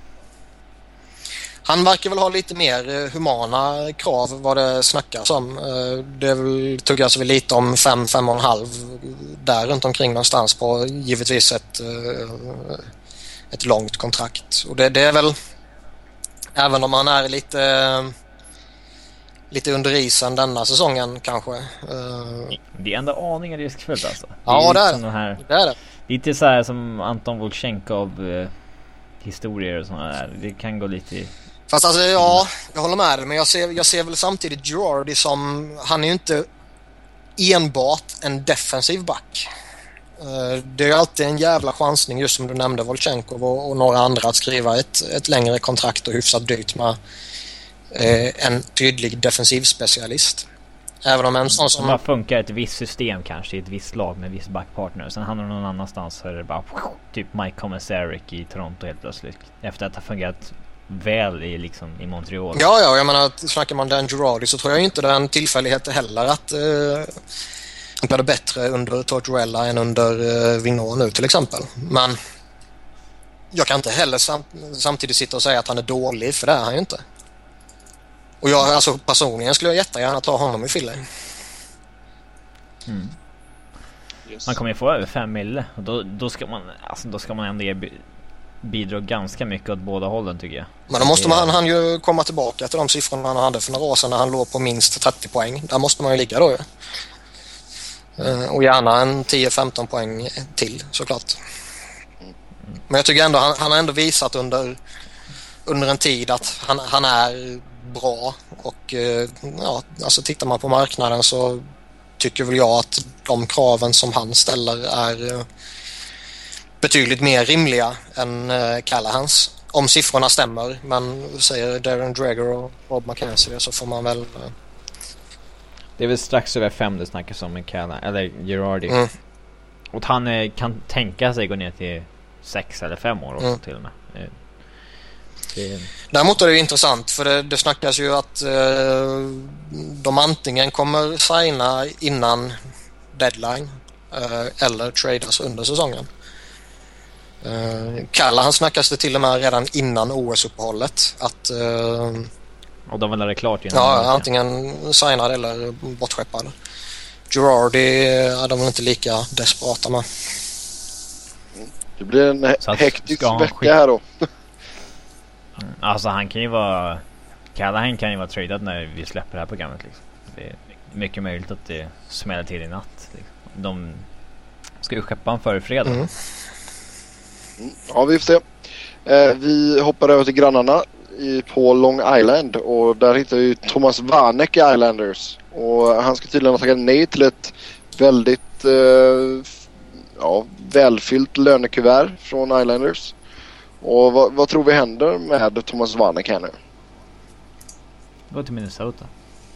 Han verkar väl ha lite mer humana krav vad det snackas om. Det väl, tuggas väl lite om fem, fem och en halv där runt omkring någonstans på givetvis ett, ett långt kontrakt. Och det, det är väl, även om han är lite lite under isen denna säsongen kanske. Det är ändå aningen riskfullt alltså. Det ja, är det är det. Här, det är det. Lite så här som Anton Volchenkov eh, historier och sådana där. Det kan gå lite i... Fast alltså, ja, jag håller med dig, men jag ser, jag ser väl samtidigt Girardi som, han är ju inte enbart en defensiv back. Det är ju alltid en jävla chansning, just som du nämnde, Volchenkov och, och några andra, att skriva ett, ett längre kontrakt och hyfsat dyrt med eh, en tydlig defensiv specialist. Även om en sån som... Det bara funkar ett visst system kanske i ett visst lag med viss backpartner. Sen handlar det någon annanstans så är det bara typ Mike Komisarek i Toronto helt plötsligt. Efter att ha fungerat väl i, liksom, i Montreal. Ja, ja, jag menar, snackar man Dan Girardi så tror jag inte det är en tillfällighet heller att eh, han blev bättre under Tortorella än under eh, Vigneault nu till exempel. Men jag kan inte heller sam- samtidigt sitta och säga att han är dålig, för det är han ju inte. Och jag, alltså personligen skulle jag jättegärna ta honom i Philly. Mm. Yes. Man kommer ju få över fem mille och då, då ska man alltså då ska man ändå ge bidra ganska mycket åt båda hållen, tycker jag. Men då måste man han ju komma tillbaka till de siffrorna han hade för några år sedan när han låg på minst trettio poäng. Där måste man ju ligga då ju. Mm. Och gärna en tio femton poäng till, såklart. Men jag tycker ändå han, han har ändå visat under under en tid att han, han är bra, och ja, alltså tittar man på marknaden så tycker väl jag att de kraven som han ställer är betydligt mer rimliga än Callahans, om siffrorna stämmer. Men säger Darren Dreger och Bob McKenzie så får man väl... Det är väl strax över fem det snackas om med Callahan, eller Girardi. Mm. Och han kan tänka sig gå ner till sex eller fem år också, mm. till och med. Det... Däremot är det intressant, för det, det snackas ju att eh, de antingen kommer signa innan deadline eh, eller tradas under säsongen. Eh, Callahan snackas det till och med redan innan O S-uppehållet att eh, och de vill ha det klart innan. Ja, antingen signad eller bortskeppad. Girardi är de inte lika desperata med. Det blir en he- hektisk vecka sk- här då. Alltså han kan ju vara Callahan kan ju vara tradad när vi släpper det här programmet liksom. Det är mycket möjligt att det smäller till i natt liksom. De ska ju skeppa han före fredag. Mm. Ja, vi får se. eh, Vi hoppar över till grannarna i, på Long Island, och där hittar vi Thomas Vanek i Islanders, och han ska tydligen ha tackat nej till ett väldigt eh, ja, välfyllt lönekuvert från Islanders. Och vad, vad tror vi händer med Thomas Vanek här nu? Gå till Minnesota.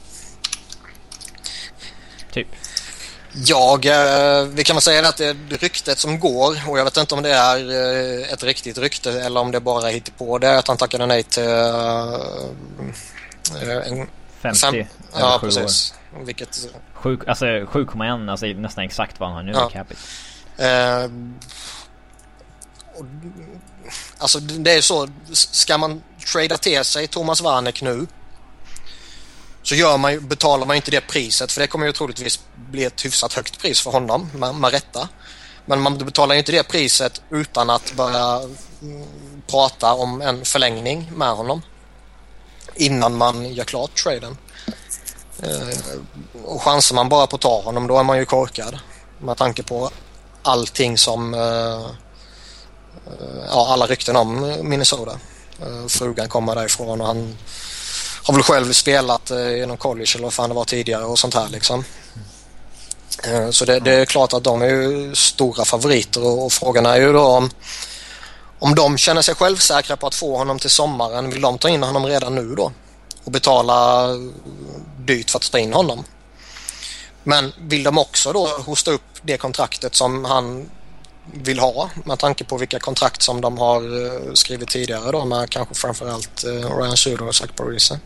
Typ. Jag, eh, vi kan väl säga att det ryktet som går, och jag vet inte om det är eh, ett riktigt rykte eller om det bara hittar på, det är att han tackade nej till eh, en femtio fem, ja, precis. Vilket sju, alltså sju komma ett, alltså nästan exakt vad han har nu ja. i capita. Eh, och, alltså det är så, ska man trada till sig Thomas Vanek nu, så gör man ju, betalar man ju inte det priset, för det kommer ju troligtvis bli ett hyfsat högt pris för honom med, med rätta. Men man betalar ju inte det priset utan att börja mm, prata om en förlängning med honom innan man gör klart traden. Eh, och chansar man bara på att ta honom, då är man ju korkad med tanke på allting som eh, ja, alla rykten om Minnesota. Eh, frugan kommer därifrån och han har väl själv spelat eh, genom college eller vad fan det var tidigare och sånt här liksom. Eh, så det, det är klart att de är ju stora favoriter och, och frågan är ju då om, om de känner sig självsäkra på att få honom till sommaren, vill de ta in honom redan nu då och betala dyrt för att ta in honom. Men vill de också då hosta upp det kontraktet som han vill ha med tanke på vilka kontrakt som de har skrivit tidigare då med kanske framförallt Ryan Suter och Zach Parise.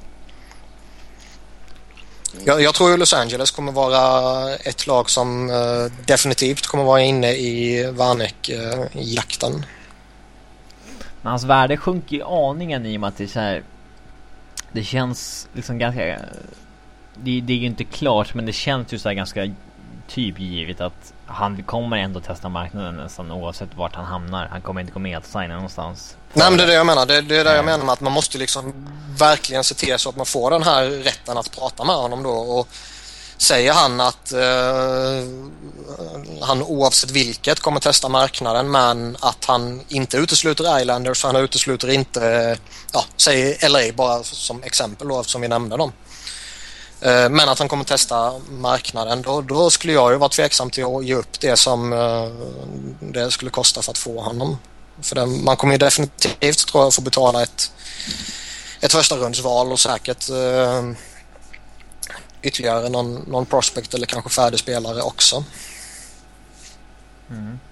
Jag, jag tror ju Los Angeles kommer vara ett lag som uh, definitivt kommer vara inne i Vanek-jakten. Uh, Men hans värde sjunker ju aningen i och med att det är så här, det känns liksom ganska, det, det är ju inte klart, men det känns ju så här ganska typ givet att han kommer ändå testa marknaden nästan oavsett vart han hamnar. Han kommer inte gå med att signa någonstans. Nej, men det är det jag menar. Det, det är det jag menar med att man måste liksom verkligen se till så att man får den här rätten att prata med honom då. Och säger han att eh, han oavsett vilket kommer testa marknaden, men att han inte utesluter Islanders, så han utesluter inte, ja, säg L A bara som exempel då, eftersom vi nämnde dem. Men att han kommer testa marknaden, då, då skulle jag ju vara tveksam till att ge upp det som uh, det skulle kosta för att få honom. För det, man kommer ju definitivt, tror jag, få betala ett, ett första rundsval och säkert uh, ytterligare någon, någon prospect eller kanske färdig spelare också. Mm.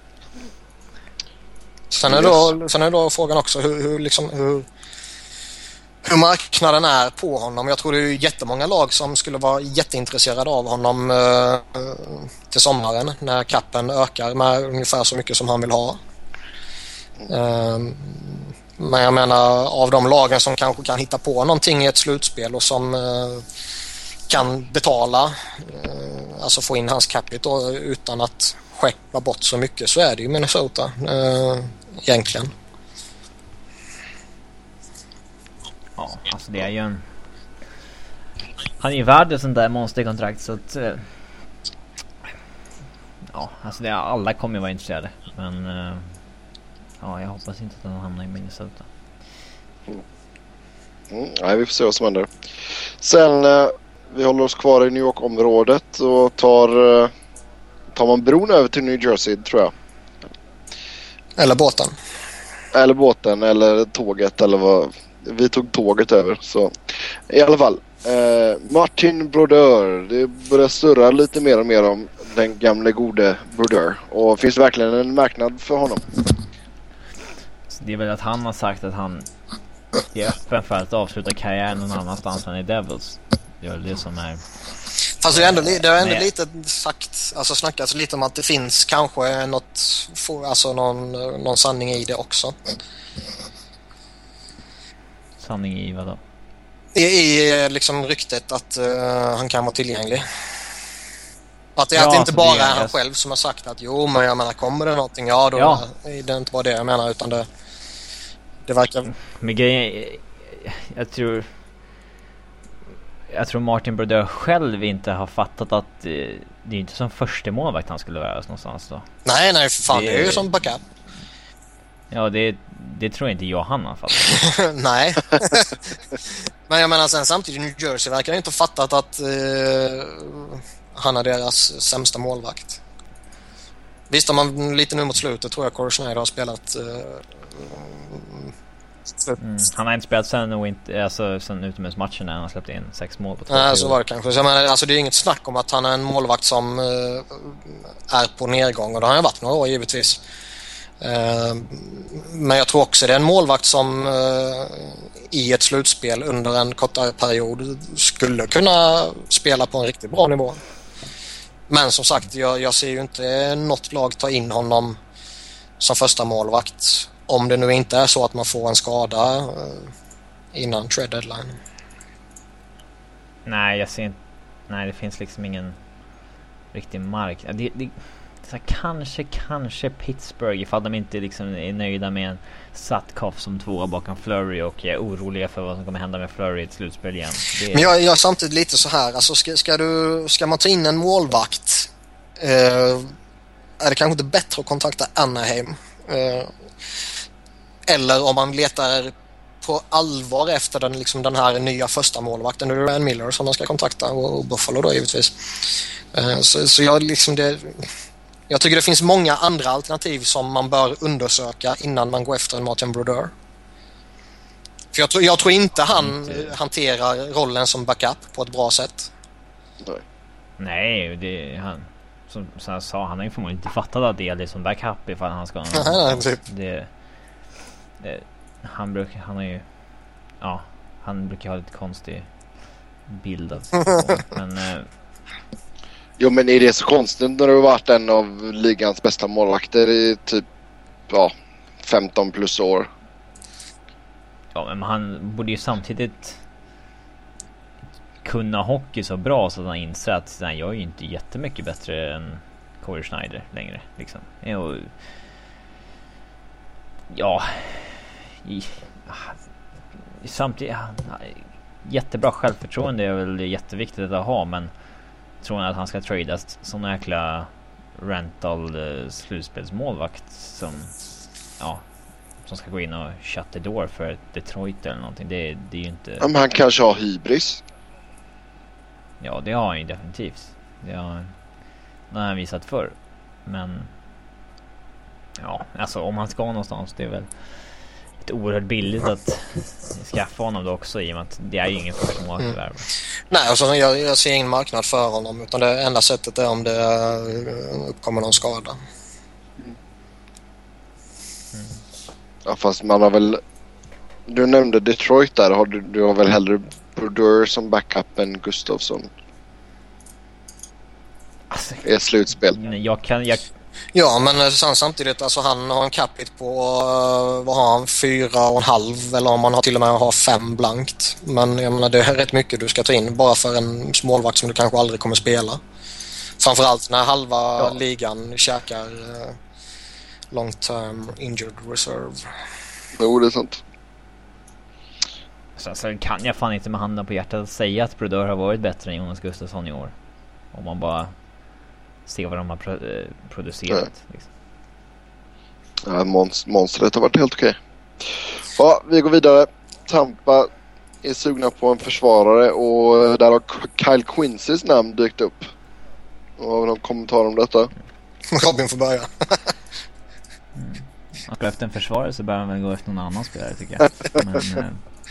Sen, är då, sen är då frågan också hur, hur, liksom, hur hur marknaden är på honom. Jag tror det är jättemånga lag som skulle vara jätteintresserade av honom eh, till sommaren när kappen ökar med ungefär så mycket som han vill ha. Eh, men jag menar, av de lagen som kanske kan hitta på någonting i ett slutspel och som eh, kan betala, eh, alltså få in hans capita utan att skeppa bort så mycket, så är det ju Minnesota eh, egentligen. Ja, alltså det är ju en... Han är ju värd ett sånt där monsterkontrakt, så att... Uh... Ja, alltså det är, alla kommer ju vara intresserade. Men... Uh... Ja, jag hoppas inte att han hamnar i Minnesota. Mm, nej, vi får se vad som händer. Sen, uh, vi håller oss kvar i New York-området och tar... Uh, tar man bron över till New Jersey, tror jag. Eller båten. Eller båten, eller tåget, eller vad... Vi tog tåget över, så i alla fall eh, Martin Brodeur, det börjar surra lite mer och mer om den gamla gode Brodeur, och finns verkligen en marknad för honom? Det är väl att han har sagt att han är öppen för att avsluta karriären någon annanstans än i Devils. Det är det som är... Fast det är ändå, det är ändå lite sagt, alltså snackats lite om att det finns kanske något, alltså någon, någon sanning i det också. Sanning i vad då? I, i liksom ryktet att uh, han kan vara tillgänglig. Att det, ja, att det inte bara det är han jag... själv som har sagt att jo, men jag menar, kommer det någonting, ja då ja. Är det inte bara det jag menar, utan det det verkar... Men grejen, jag tror jag tror Martin Brodeur själv inte har fattat att det, det är inte som första målvakt han skulle vara någonstans då. Nej, nej, för fan, det, det är ju som backup. Ja, det, det tror jag inte Johan har fattat. Nej. Men jag menar, sen samtidigt New Jersey verkar inte ha fattat att uh, han är deras sämsta målvakt. Visst, om man lite nu mot slutet tror jag Corey Schneider har spelat uh, mm. Han har inte spelat sen, inte, alltså, sen utomhusmatchen när han släppt in sex mål på två. Nej, så var det kanske. Så jag menar, alltså, det är inget snack om att han är en målvakt som uh, är på nedgång, och det har han varit några år givetvis. Uh, men jag tror också det är en målvakt som uh, i ett slutspel under en kortare period skulle kunna spela på en riktigt bra nivå. Men som sagt, jag, jag ser ju inte något lag ta in honom som första målvakt. Om det nu inte är så att man får en skada eh, innan trade deadline. Nej, jag ser inte. Nej, det finns liksom ingen riktig mark. Det, det, så här, kanske, kanske Pittsburgh ifall de inte liksom är nöjda med en Satkoff som tvåa bakom Fleury och är oroliga för vad som kommer hända med Fleury i ett slutspel igen. Det är... Men jag, jag är samtidigt lite så här, alltså ska, ska, du, ska man ta in en målvakt eh, är det kanske inte bättre att kontakta Anaheim. Eh, eller om man letar på allvar efter den, liksom den här nya första målvakten, det är Ryan Miller som man ska kontakta och, och Buffalo då givetvis. Eh, så, så jag liksom det... Jag tycker det finns många andra alternativ som man bör undersöka innan man går efter en Martin Brodeur. För jag, tror, jag tror inte han inte. hanterar rollen som backup på ett bra sätt. Nej, Nej det han som, som jag sa, han har ju förmodligen inte fattat att det är som backup ifall han ska. Nej, typ. det, det, han brukar, han är ju, ja, han brukar ha lite konstig bild av sig. Men eh, jo, men är det så konstigt när du har varit en av ligans bästa målvakter i typ ja, femton plus år? ja, men han borde ju samtidigt kunna hockey så bra så att han inser att nej, jag är ju inte jättemycket bättre än Corey Schneider längre liksom. Och, ja i, samtidigt jättebra självförtroende är väl jätteviktigt att ha, men tror att han ska tradas som en jäkla rental uh, slutspelsmålvakt som ja, som ska gå in och shut the door för Detroit eller någonting. Det, det är ju inte... Men han kanske har hybris. Ja, det har han ju definitivt. Det har, det har han visat förr. Men ja, alltså om han ska någonstans, det är väl ett oerhört billigt att skaffa honom då också, i och med att det är ju ingen första målvakt. Mm. Nej, alltså jag, jag ser ingen marknad för honom, utan det enda sättet är om det uppkommer någon skada. Mm. Ja, fast man har väl... Du nämnde Detroit där. Har du, du har väl hellre Brodeur som backup än Gustafsson? Alltså, är slutspel. Jag kan... Jag... Ja, men samtidigt, alltså han har en capita på, vad har han, fyra och en halv, eller om man har till och med har fem blankt. Men jag menar, det är rätt mycket du ska ta in bara för en målvakt som du kanske aldrig kommer spela. Framförallt när halva ja. ligan käkar uh, long term injured reserve. Jo, det är sant. Så, så kan jag fan inte med handen på hjärtat säga att Brodeur har varit bättre än Jonas Gustafsson i år. Om man bara ser vad de har pro- producerat. Ja. Liksom. Ja, monst- monstret har varit helt okej. Ja, vi går vidare. Tampa är sugna på en försvarare och där har Kyle Quincys namn dykt upp. Och har vi någon kommentar om detta? Robin får börja. mm. Och efter en försvarare så bör man väl gå efter någon annan spelare, tycker jag. Men eh,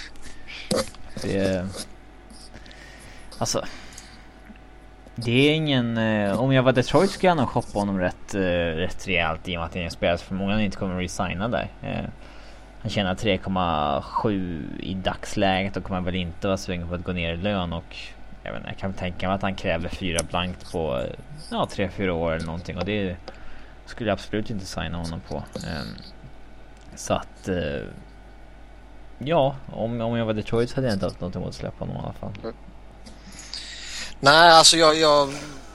det alltså det är ingen eh, om jag var Detroit skulle jag nog shoppa honom rätt, eh, rätt rejält, i och med att det är en spelare som förmodligen inte kommer att resigna där. Eh, han tjänar tre komma sju i dagsläget och kommer väl inte vara sugen på att gå ner i lön, och jag, vet, jag kan tänka mig att han kräver fyra blankt på ja, tre, fyra år eller någonting, och det skulle jag absolut inte signa honom på. Eh, så att eh, ja, om, om jag var Detroit hade jag inte haft något emot att släppa honom i alla fall. Mm. Nej, alltså jag, jag...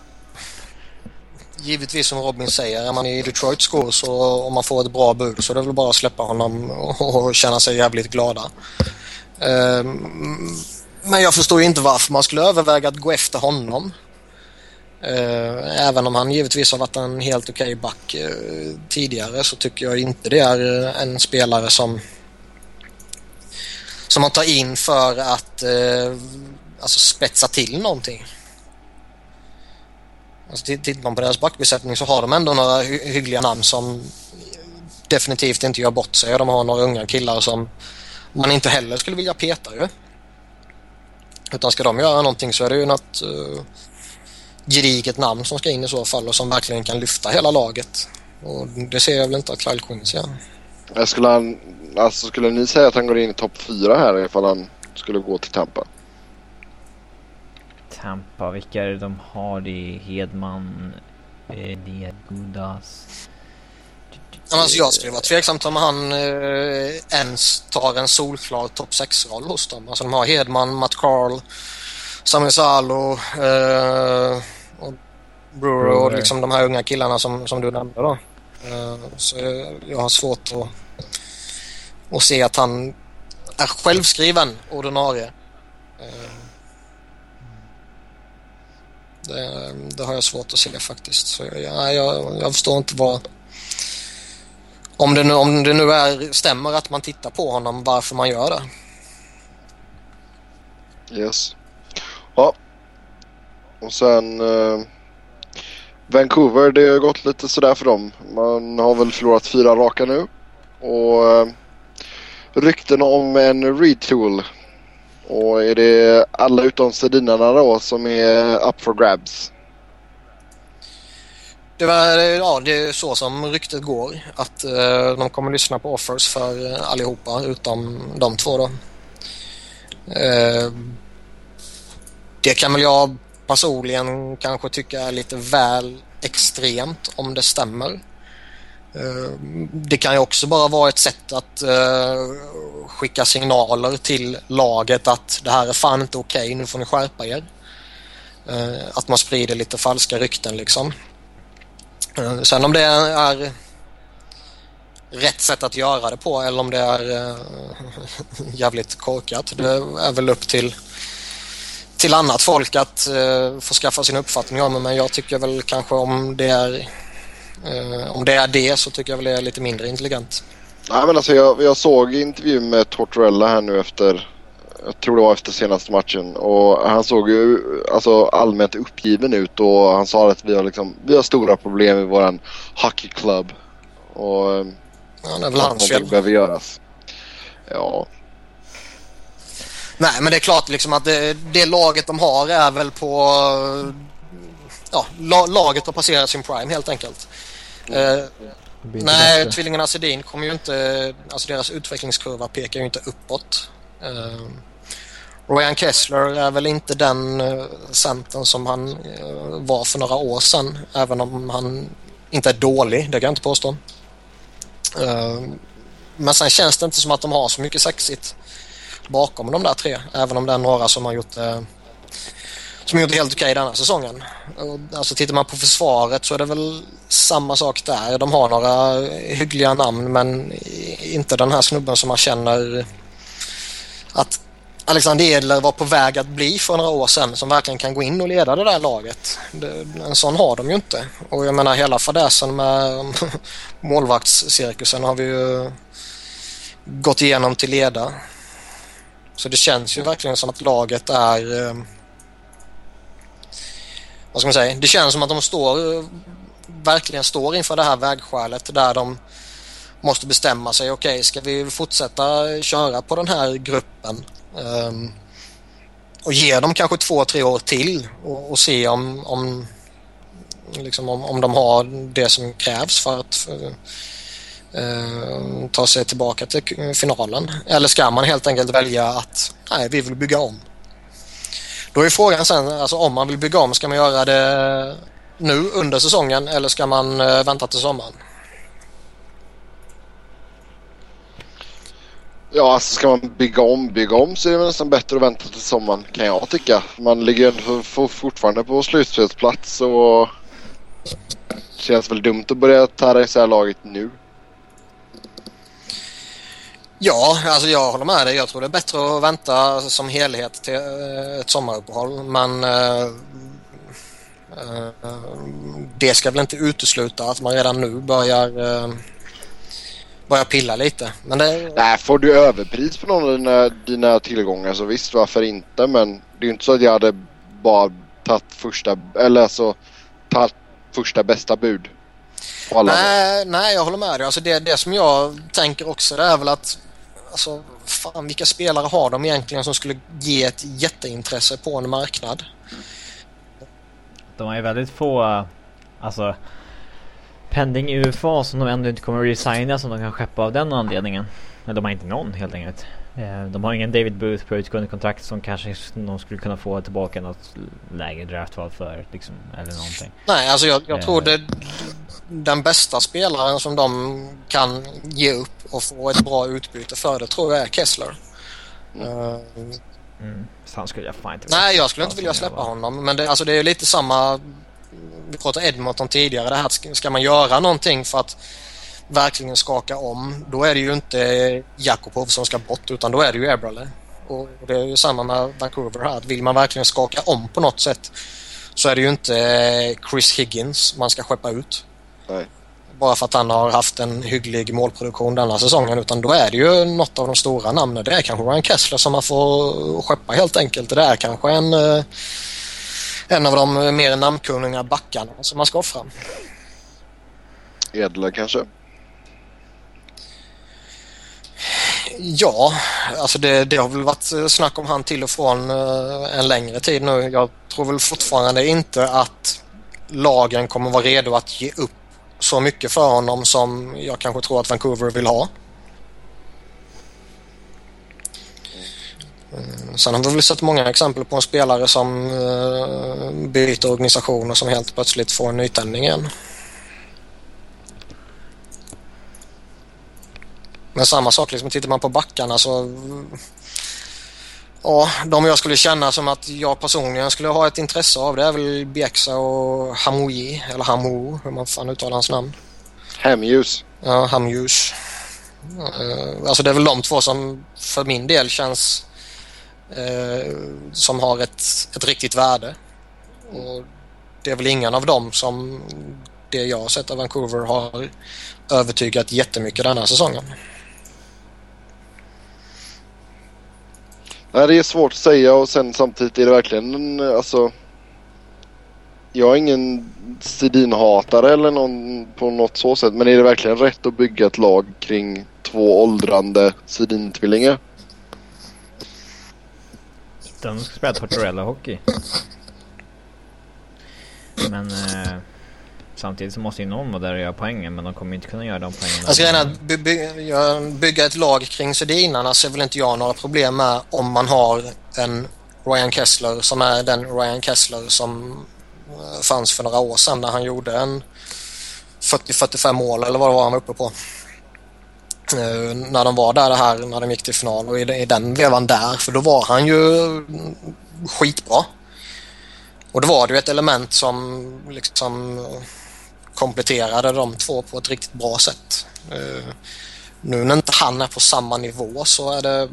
Givetvis som Robin säger, är man i Detroit skor så om man får ett bra bud så är det väl bara att släppa honom och, och känna sig jävligt glada. Um, men jag förstår ju inte varför man skulle överväga att gå efter honom. Uh, även om han givetvis har varit en helt okej back uh, tidigare, så tycker jag inte det är en spelare som som man tar in för att uh, alltså spetsa till någonting. Alltså, tittar man på deras backbesättning så har de ändå några hy- hyggliga namn som definitivt inte gör bort sig. De har några unga killar som man inte heller skulle vilja peta ju. Utan ska de göra någonting så är det ju något uh, gediget namn som ska in i så fall, och som verkligen kan lyfta hela laget. Och det ser jag väl inte att Kyle Quincy gör. Jag skulle, han, alltså, skulle ni säga att han går in i topp fyra här ifall han skulle gå till Tampa? Tampa, vilka är det de har? Det är Hedman, eh, det är Gudas. Alltså jag skulle vara tveksamt om han eh, ens tar en solklar topp sex-roll hos dem. Alltså de har Hedman, Matt Carl, Samuel Salo eh, och Brewer och liksom de här unga killarna som, som du nämnde då. Eh, så jag, jag har svårt att, att se att han är självskriven ordinarie. Eh, det, det har jag svårt att se faktiskt. Så jag, jag, jag förstår inte vad... Om det, nu, om det nu är, stämmer att man tittar på honom, varför man gör det. Yes. Ja. Och sen eh, Vancouver, det har gått lite sådär för dem. Man har väl förlorat fyra raka nu. Och eh, rykten om en retool. Och är det alla utom Sedinarna då som är up for grabs? Det, var, ja, det är så som ryktet går. Att eh, de kommer lyssna på offers för eh, allihopa utom de två då. Eh, det kan väl jag personligen kanske tycka är lite väl extremt om det stämmer. Eh, det kan ju också bara vara ett sätt att eh, skicka signaler till laget att det här är fan inte okej, nu får ni skärpa er. Eh, att man sprider lite falska rykten liksom. Sen om det är rätt sätt att göra det på eller om det är äh, jävligt korkat, det är väl upp till till annat folk att äh, få skaffa sin uppfattning om, men jag tycker väl kanske om det är äh, om det är det så tycker jag väl det är lite mindre intelligent. Nej, men alltså jag, jag såg intervjun med Tortorella här nu efter, jag tror det var efter senaste matchen, och han såg ju alltså allmänt uppgiven ut och han sa att vi har liksom vi har stora problem i våran hockeyclub och ja, det är väl hans fel. Behöver göras. Ja. Nej, men det är klart liksom att det, det laget de har är väl på ja, la, laget har passerat sin prime helt enkelt. Mm. Eh, nej, tvillingarna Sedin kommer ju inte, alltså deras utvecklingskurva pekar ju inte uppåt. Eh, Ryan Kessler är väl inte den uh, centern som han uh, var för några år sedan, även om han inte är dålig, det kan jag inte påstå. Uh, men sen känns det inte som att de har så mycket sexigt bakom de där tre, även om det är några som har gjort uh, som gjort det helt okej denna säsongen. Uh, alltså tittar man på försvaret så är det väl samma sak där. De har några hyggliga namn, men inte den här snubben som man känner att Alexander Edler var på väg att bli för några år sedan, som verkligen kan gå in och leda det där laget. Det, en sån har de ju inte. Och jag menar hela fadäsen med målvaktscirkusen har vi ju gått igenom till leda. Så det känns ju verkligen som att laget är eh, vad ska man säga? Det känns som att de står verkligen står inför det här vägskälet där de måste bestämma sig. Okej, okay, ska vi fortsätta köra på den här gruppen? Um, och ge dem kanske två, tre år till och, och se om, om, liksom om, om de har det som krävs för att uh, ta sig tillbaka till finalen. Eller ska man helt enkelt välja att nej, vi vill bygga om. Då är frågan sen, alltså om man vill bygga om, ska man göra det nu under säsongen eller ska man uh, vänta till sommaren? Ja, alltså ska man bygga om, bygga om så är det nästan bättre att vänta till sommaren, kan jag tycka. Man ligger fortfarande på slutspelsplats och känns väl dumt att börja ta isär laget nu. Ja, alltså jag håller med dig. Jag tror det är bättre att vänta som helhet till ett sommaruppehåll. Men äh, äh, det ska väl inte utesluta att man redan nu börjar... Äh, börja pilla lite. Men det... Nej, får du överpris på någon av dina, dina tillgångar så visst, varför inte? Men det är ju inte så att jag hade bara tagit första, eller alltså tagit första bästa bud på alla. Nej, nej, jag håller med dig. Alltså det, det som jag tänker också, det är väl att alltså, fan, vilka spelare har de egentligen som skulle ge ett jätteintresse på en marknad? De har ju väldigt få, alltså pending U F A som de ändå inte kommer att resigna, som de kan skeppa av den anledningen. Men de har inte någon helt enkelt. Eh, de har ingen David Booth på utgående kontrakt som kanske de skulle kunna få tillbaka något lägre draftval för liksom, eller någonting. Nej, alltså jag, jag eh. tror det den bästa spelaren som de kan ge upp och få ett bra utbyte för det tror jag är Kessler. Mm. Uh, mm. Så han skulle jag fan inte Nej, jag skulle inte vilja släppa honom. Men det, alltså det är lite samma. Vi pratade Edmonton tidigare. Det här, ska, ska man göra någonting för att verkligen skaka om, då är det ju inte Jakubov som ska bort, utan då är det ju Eberle. Och det är ju samma med Vancouver här. Vill man verkligen skaka om på något sätt, så är det ju inte Chris Higgins man ska skeppa ut. Nej. Bara för att han har haft en hygglig målproduktion denna säsongen, utan då är det ju något av de stora namnen. Det är kanske Ryan Kessler som man får skeppa helt enkelt. Det är kanske en, en av de mer namnkunniga backarna som man ska offra. Edla kanske? Ja, alltså det, det har väl varit snack om han till och från en längre tid nu. Jag tror väl fortfarande inte att lagen kommer vara redo att ge upp så mycket för honom som jag kanske tror att Vancouver vill ha. Sen har vi väl sett många exempel på en spelare som byter organisation och som helt plötsligt får en nytändning igen. Men samma sak, liksom, tittar man på backarna så ja, de jag skulle känna som att jag personligen skulle ha ett intresse av, det är väl Bieksa och Hamouille, eller Hamou, hur man fan uttalar hans namn. Hamhus. Ja, Hamhus. Uh, alltså det är väl de två som för min del känns uh, som har ett, ett riktigt värde. Och det är väl ingen av dem som det jag har sett av Vancouver har övertygat jättemycket den här säsongen. Nej, det är svårt att säga, och sen samtidigt är det verkligen alltså, jag är ingen Sedin-hatare eller någon på något så sätt, men är det verkligen rätt att bygga ett lag kring två åldrande Sedin-tvillingar? De ska spela Tortorella-hockey. Men eh, samtidigt så måste ju någon vara där och göra poängen, men de kommer inte kunna göra de poängen. Alltså gärna by- by- bygga ett lag kring Sedinarna så är väl inte jag några problem med om man har en Ryan Kessler som är den Ryan Kessler som fanns för några år sedan när han gjorde en fyrtio till fyrtiofem mål eller vad det var han var uppe på. Uh, när de var där det här, när de gick till final, och i, i den vevan där, för då var han ju skitbra. Och då var det ju ett element som liksom kompletterade de två på ett riktigt bra sätt. Uh, nu när inte han är på samma nivå så är det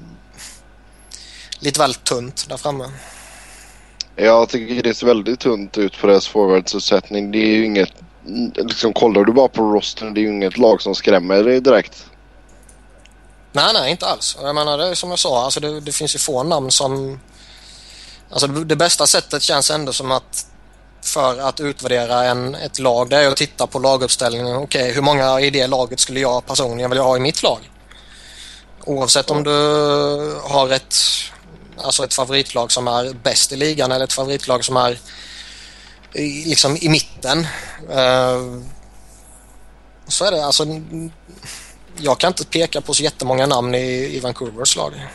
lite väl tunt där framme. Jag tycker det ser väldigt tunt ut på deras forwardsuppsättning. Det är ju inget, liksom kollar du bara på rosten, det är ju inget lag som skrämmer dig direkt. Nej, nej, inte alls. Jag menar, det är som jag sa, alltså det, det finns ju få namn som... Alltså det, det bästa sättet känns ändå som att för att utvärdera en, ett lag, det är att titta på laguppställningen. Okej, okay, hur många i det laget skulle jag personligen vilja ha i mitt lag? Oavsett om du har ett, alltså ett favoritlag som är bäst i ligan eller ett favoritlag som är i, liksom i mitten. Uh, så är det alltså... Jag kan inte peka på så jättemånga namn i, i Vancouvers lag.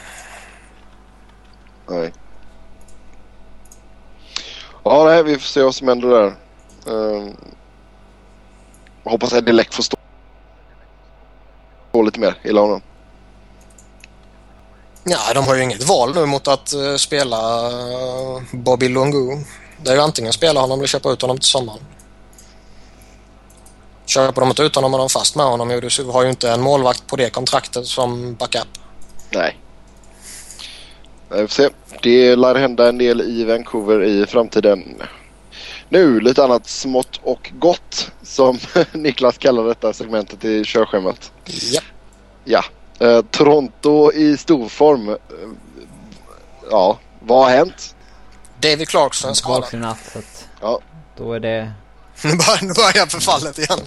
Nej. Ja, nej, vi får se vad som händer där. Uh, hoppas att Delek får stå lite mer i honom. Ja, de har ju inget val nu mot att uh, spela uh, Bobby Lungu. Det är ju antingen spela honom eller köpa ut honom till sommaren. Köper de inte ut honom och de fast med honom, du har ju inte en målvakt på det kontraktet som backup. Nej. Vi får se. Det lär hända en del i Vancouver i framtiden. Nu lite annat smått och gott, som Niklas kallar detta segmentet i körschemat. Ja. Ja. Eh, Toronto i stor form. Eh, ja, vad har hänt? David Clarkson skadad. I natt, så att ja. Då är det... Nu börjar, nu börjar förfallet igen.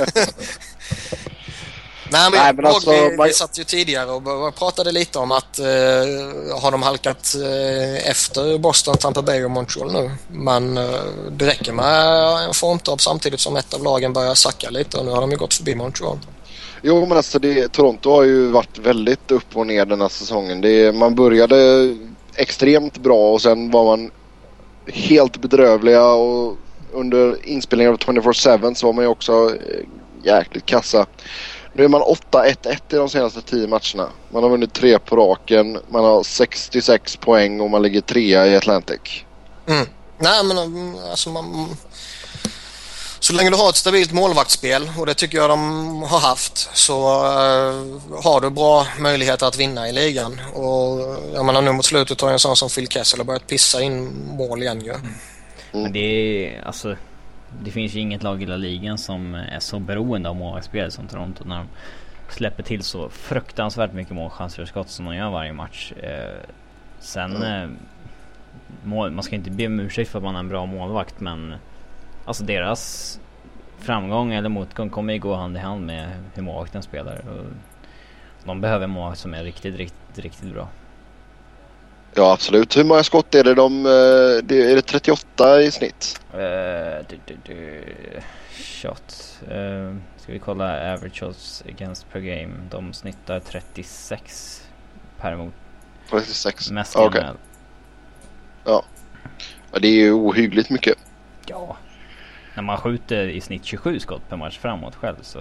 Nej, men, Nej, men alltså, vi, man... vi satt ju tidigare och pratade lite om att uh, har de halkat uh, efter Boston, Tampa Bay och Montreal nu. Men uh, det räcker med en formtopp samtidigt som ett av lagen börjar sacka lite, och nu har de ju gått förbi Montreal. Jo, men alltså det, Toronto har ju varit väldigt upp och ner den här säsongen. Det, man började extremt bra och sen var man helt bedrövliga och under inspelningen av tjugofyra sju så var man ju också jäkligt kassa. Nu är man åtta ett ett i de senaste tio matcherna. Man har vunnit tre på raken, man har sextiosex poäng och man ligger trea i Atlantic. Mm. Nej, men alltså man... Så länge du har ett stabilt målvaktsspel, och det tycker jag de har haft, så uh, har du bra möjligheter att vinna i ligan. Och jag menar, nu mot slutet har en sån som Phil Kessel börjat pissa in mål igen ju. Mm. Men det är, alltså, det finns ju inget lag i La Ligan som är så beroende av målvaktsspel som Toronto, när de släpper till så fruktansvärt mycket målchanser och skott som de gör varje match. Eh, sen mm. eh, mål, man ska inte be om ursäkt för att man är en bra målvakt, men alltså deras framgång eller motgång kommer ju gå hand i hand med hur målvakten spelar. Och de behöver en målvakt som är riktigt, riktigt, riktigt bra. Ja, absolut. Hur många skott är det? De, det är det trettioåtta i snitt? Uh, du, du, du. Shot. Uh, ska vi kolla average shots against per game. De snittar trettiosex per mot. trettiosex? Mest ah, okay. Ja. Ja, det är ju ohyggligt mycket. Ja. När man skjuter i snitt tjugosju skott per match framåt själv, så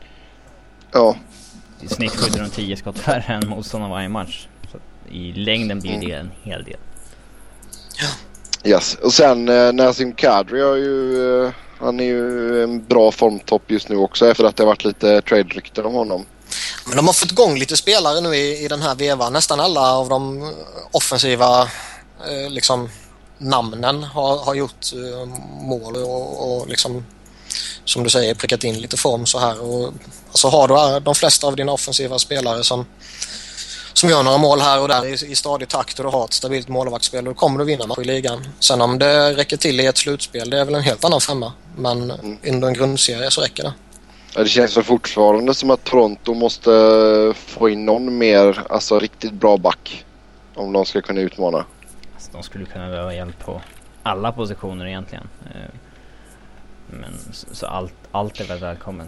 ja. I snitt skjuter de tio skott färre än motståndaren varje match. Så i längden blir det en hel del. Ja. Yes. Och sen eh, Nazem Kadri har ju, eh, han är ju en bra formtopp just nu också, efter att det har varit lite trade-rykten om honom. Men de har fått igång lite spelare nu i, i den här vevan. Nästan alla av de offensiva eh, liksom namnen har, har gjort uh, mål och, och liksom, som du säger, prickat in lite form så här. Och, alltså har du de flesta av dina offensiva spelare som, som gör några mål här och där i, i stadig takt, och du har ett stabilt målvaktsspel, och då kommer du vinna match i ligan. Sen om det räcker till i ett slutspel, det är väl en helt annan femma. Men mm. under en grundserie så räcker det. Ja, det känns väl fortfarande som att Toronto måste få in någon mer, alltså riktigt bra back, om de ska kunna utmana. De skulle kunna behöva hjälp på alla positioner egentligen. Men så, så allt, allt är väl välkommet.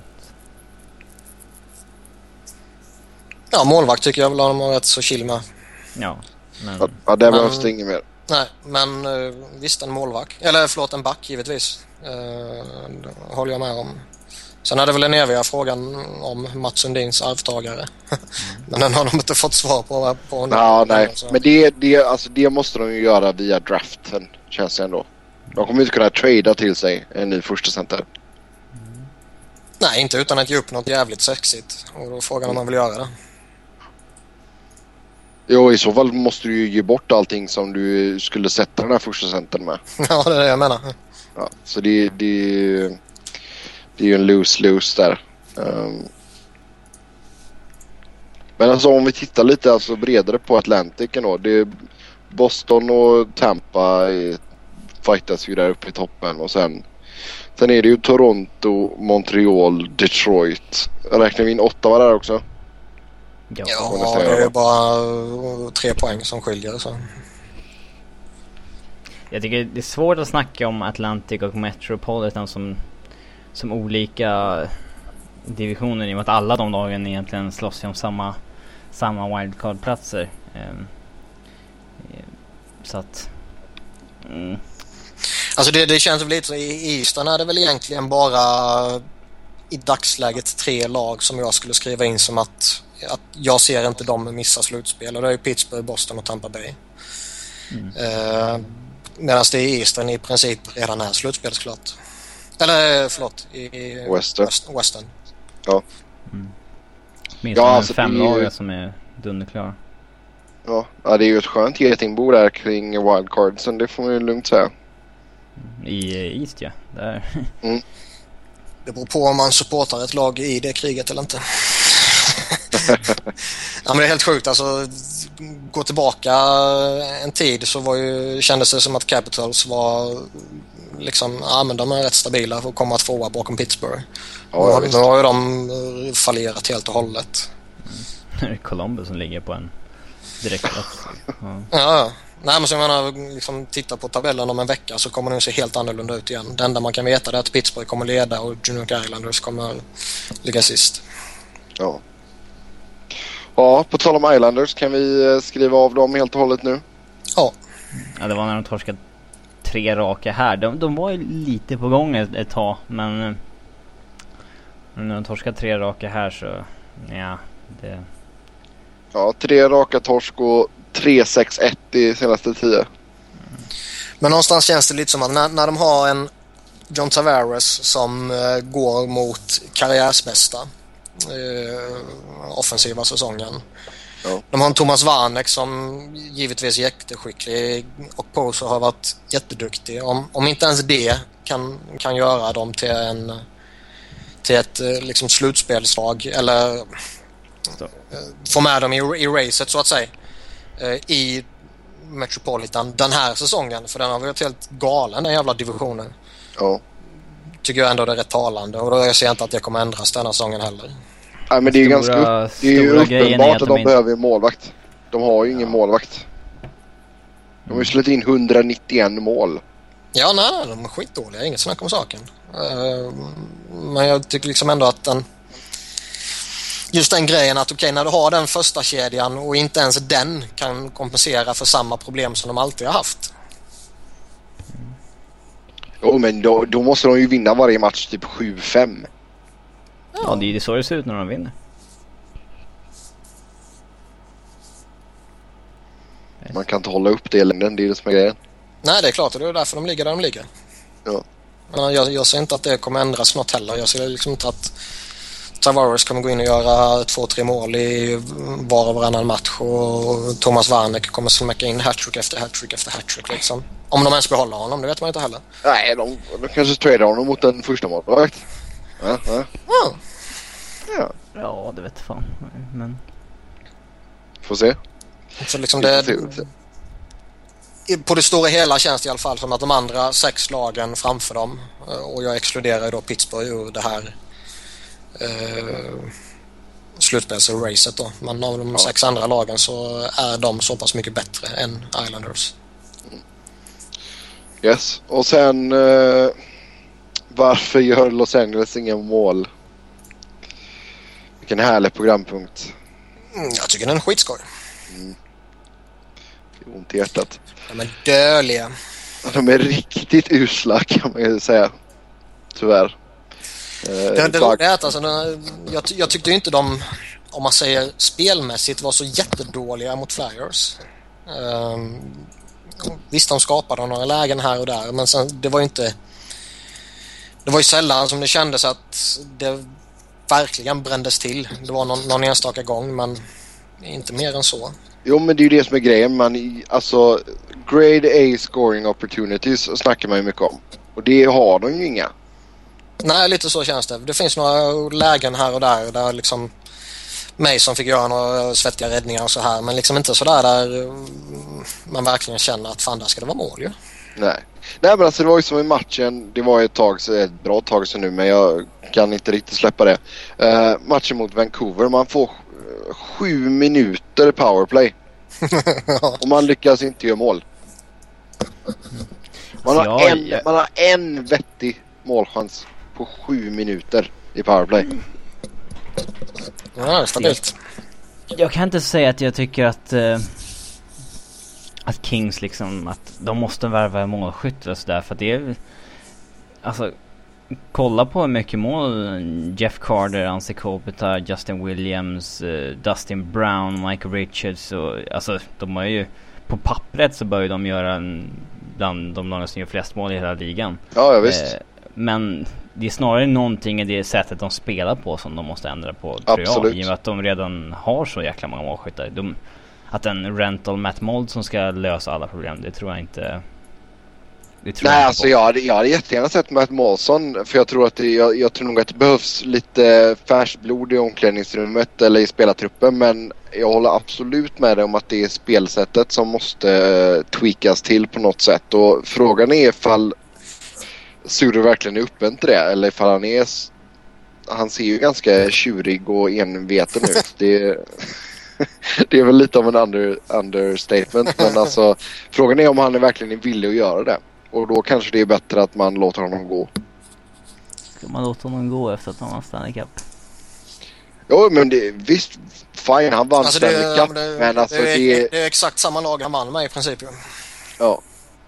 Ja, målvakt tycker jag väl att de har rätt så chill med. Ja, men... Ja, ja det behövs det inget mer. Nej, men visst, en målvakt. Eller förlåt, en back givetvis. Uh, håller jag med om. Sen är det väl den eviga frågan om Mats Sundins arvtagare. Mm. Men den har de inte fått svar på. på ja, nej. Så. Men det, det, alltså, det måste de ju göra via draften, känns det ändå. De kommer inte kunna trada till sig en ny första center. Mm. Nej, inte utan att ge upp något jävligt sexigt. Och då frågan om man vill göra det. Jo, i så fall måste du ju ge bort allting som du skulle sätta den här första centern med. Ja, det är det jag menar. Ja, så det, det, det är ju en lose-lose där. Um, men alltså om vi tittar lite alltså bredare på Atlantic då. Det är Boston och Tampa fightas ju där uppe i toppen. Och sen, sen är det ju Toronto, Montreal, Detroit. Jag räknar vi in Ottawa där också. Ja, ja det är bara tre poäng som skiljer. Så. Jag tycker det är svårt att snacka om Atlantic och Metropolitan som, som olika divisioner, i och med att alla de lagen egentligen slåss om samma, samma wildcard-platser. Um, så att... Mm. Alltså det, det känns väl lite så, i Eastern är det väl egentligen bara i dagsläget tre lag som jag skulle skriva in som att, att jag ser inte dem missa slutspel, och det är ju Pittsburgh, Boston och Tampa Bay. Mm. Uh, medan det i Eastern i princip redan är slutspelsklart. Eller förlåt, i Western. West, Western. Ja. Mm. Minst ja, en alltså fem det är ju... lag som är dunderklara. Ja, ja, det är ju ett skönt getingbo där kring wildcardsen, det får man ju lugnt säga. I East, ja. Där. Mm. Det beror på om man supportar ett lag i det kriget eller inte. Ja, men det är helt sjukt. Alltså, gå tillbaka en tid så var ju, kändes det som att Capitals var liksom, ja men de är rätt stabila och kommer att få bakom Pittsburgh. Ja, nu har ju de fallerat helt och hållet. Mm. Det är Columbus som ligger på en direktplats. Ja. Ja, nej men så jag menar, liksom, titta på tabellen om en vecka så kommer den se helt annorlunda ut igen. Det enda man kan veta är att Pittsburgh kommer leda och Junior Islanders kommer ligga sist. Ja. Ja, på tal om Islanders, kan vi skriva av dem helt och hållet nu? Ja. Ja, det var när de torskade tre raka här. De, de var ju lite på gång ett, ett tag, men när de torskade tre raka här så ja, det... Ja, tre raka torsk och tre sex ett i senaste tio. Men någonstans känns det lite som att när, när de har en John Tavares som uh, går mot karriärsbästa uh, offensiva säsongen. Ja. De har en Thomas Vanek som givetvis är jätteskicklig och Poso har varit jätteduktig. Om, om inte ens det kan, kan göra dem till en till ett liksom slutspelslag eller uh, få med dem i, i racet så att säga uh, i Metropolitan den här säsongen, för den har varit helt galen, den jävla divisionen. Ja. Tycker jag ändå det är rätt talande, och då jag ser inte att det kommer ändras den här säsongen heller. Nej, men det är ju ganska upp, det är ju uppenbart att, att de, de inte... behöver en målvakt. De har ju ingen ja. målvakt. De har ju släppt in hundranittioen mål. Ja, nej, nej, de är skitdåliga, inget snack om saken. Uh, men jag tycker liksom ändå att den just den grejen att okej, okay, när du har den första kedjan och inte ens den kan kompensera för samma problem som de alltid har haft. Jo, men då, då måste de ju vinna varje match typ sju fem. Ja, ja det är så det ser ut när de vinner. Man kan inte hålla upp det i längden, det är det som är grejen. Nej, det är klart, och det är därför de ligger där de ligger. Ja. Men jag, jag ser inte att det kommer ändras något heller. Jag ser liksom inte att Tavares kommer gå in och göra två, tre mål i var och varannan match, och Thomas Vanek kommer smäcka in hattrick efter hattrick efter hattrick liksom. Om de ens behåller honom, det vet man inte heller. Nej, de, de kanske tradar honom mot den första målvakt. Ja, ja. Ja. Ja. Ja, det vet fan. Men får se. Så liksom det, på det stora hela känns det i alla fall som att de andra sex lagen framför dem, och jag exkluderar då Pittsburgh ur det här Uh, slutspelsracet då, men av de ja. sex andra lagen så är de så pass mycket bättre än Islanders. Mm. Yes, och sen uh, varför gör Los Angeles ingen mål? Vilken härlig programpunkt. Mm, jag tycker den är skitskoj. Mm. Det är ont i hjärtat. De är döliga. De är riktigt usla, kan man ju säga. Tyvärr. Det, det roliga är att alltså, jag, jag tyckte ju inte de, om man säger spelmässigt, var så jättedåliga mot Flyers. Um, visst, de skapade några lägen här och där, men sen, det var ju inte det var ju sällan som det kändes att det verkligen brändes till. Det var någon, någon enstaka gång, men inte mer än så. Jo, men det är ju det som är grejen. Man, alltså, grade A scoring opportunities snackar man ju mycket om, och det har de ju inga. Nej, lite så känns det. Det finns några lägen här och där där liksom Mason fick göra några svettiga räddningar och så här, men liksom inte så där där man verkligen känner att fan, där ska det vara mål ju. Nej. Nej, men alltså det var ju som i matchen, det var ett tag så ett bra tag så nu, men jag kan inte riktigt släppa det. Uh, matchen mot Vancouver, man får sju minuter powerplay. Och man lyckas inte göra mål. Man har, ja, en, jag... man har en vettig målchans på sju minuter i powerplay. Ja, det är stabilt. Jag, jag kan inte säga att jag tycker att uh, att Kings liksom, att de måste värva målskyttar och sådär, för det är alltså, kolla på hur mycket mål Jeff Carter, Anse Kopitar, Justin Williams, uh, Dustin Brown, Mike Richards och, alltså de har ju på pappret så bör de göra en, bland de lagen som gör flest mål i hela ligan. Ja, ja visst. Uh, men det är snarare någonting i det sättet de spelar på som de måste ändra på, tror Absolut. jag. I och med att de redan har så jäkla många målskyttar. De, att en rental Matt Mold som ska lösa alla problem, det tror jag inte. Det tror Nej, jag alltså jag hade, jag hade jättegärna sett Matt Molson, för jag tror att det, jag, jag tror nog att det behövs lite färsblod i omklädningsrummet eller i spelartruppen, men jag håller absolut med dig om att det är spelsättet som måste uh, tweakas till på något sätt, och frågan är ifall Suter verkligen är öppen till det, eller ifall han är, han ser ju ganska tjurig och enveten ut. Det, det är väl lite av en under, understatement, men alltså frågan är om han är verkligen villig att göra det, och då kanske det är bättre att man låter honom gå. Ska man låta honom gå efter att han har Stanley Cup? Jo, men det, visst, fine, han vann alltså det, Stanley Cup, det, men alltså det, det... Är, det är exakt samma lag han vann med i princip. Ja.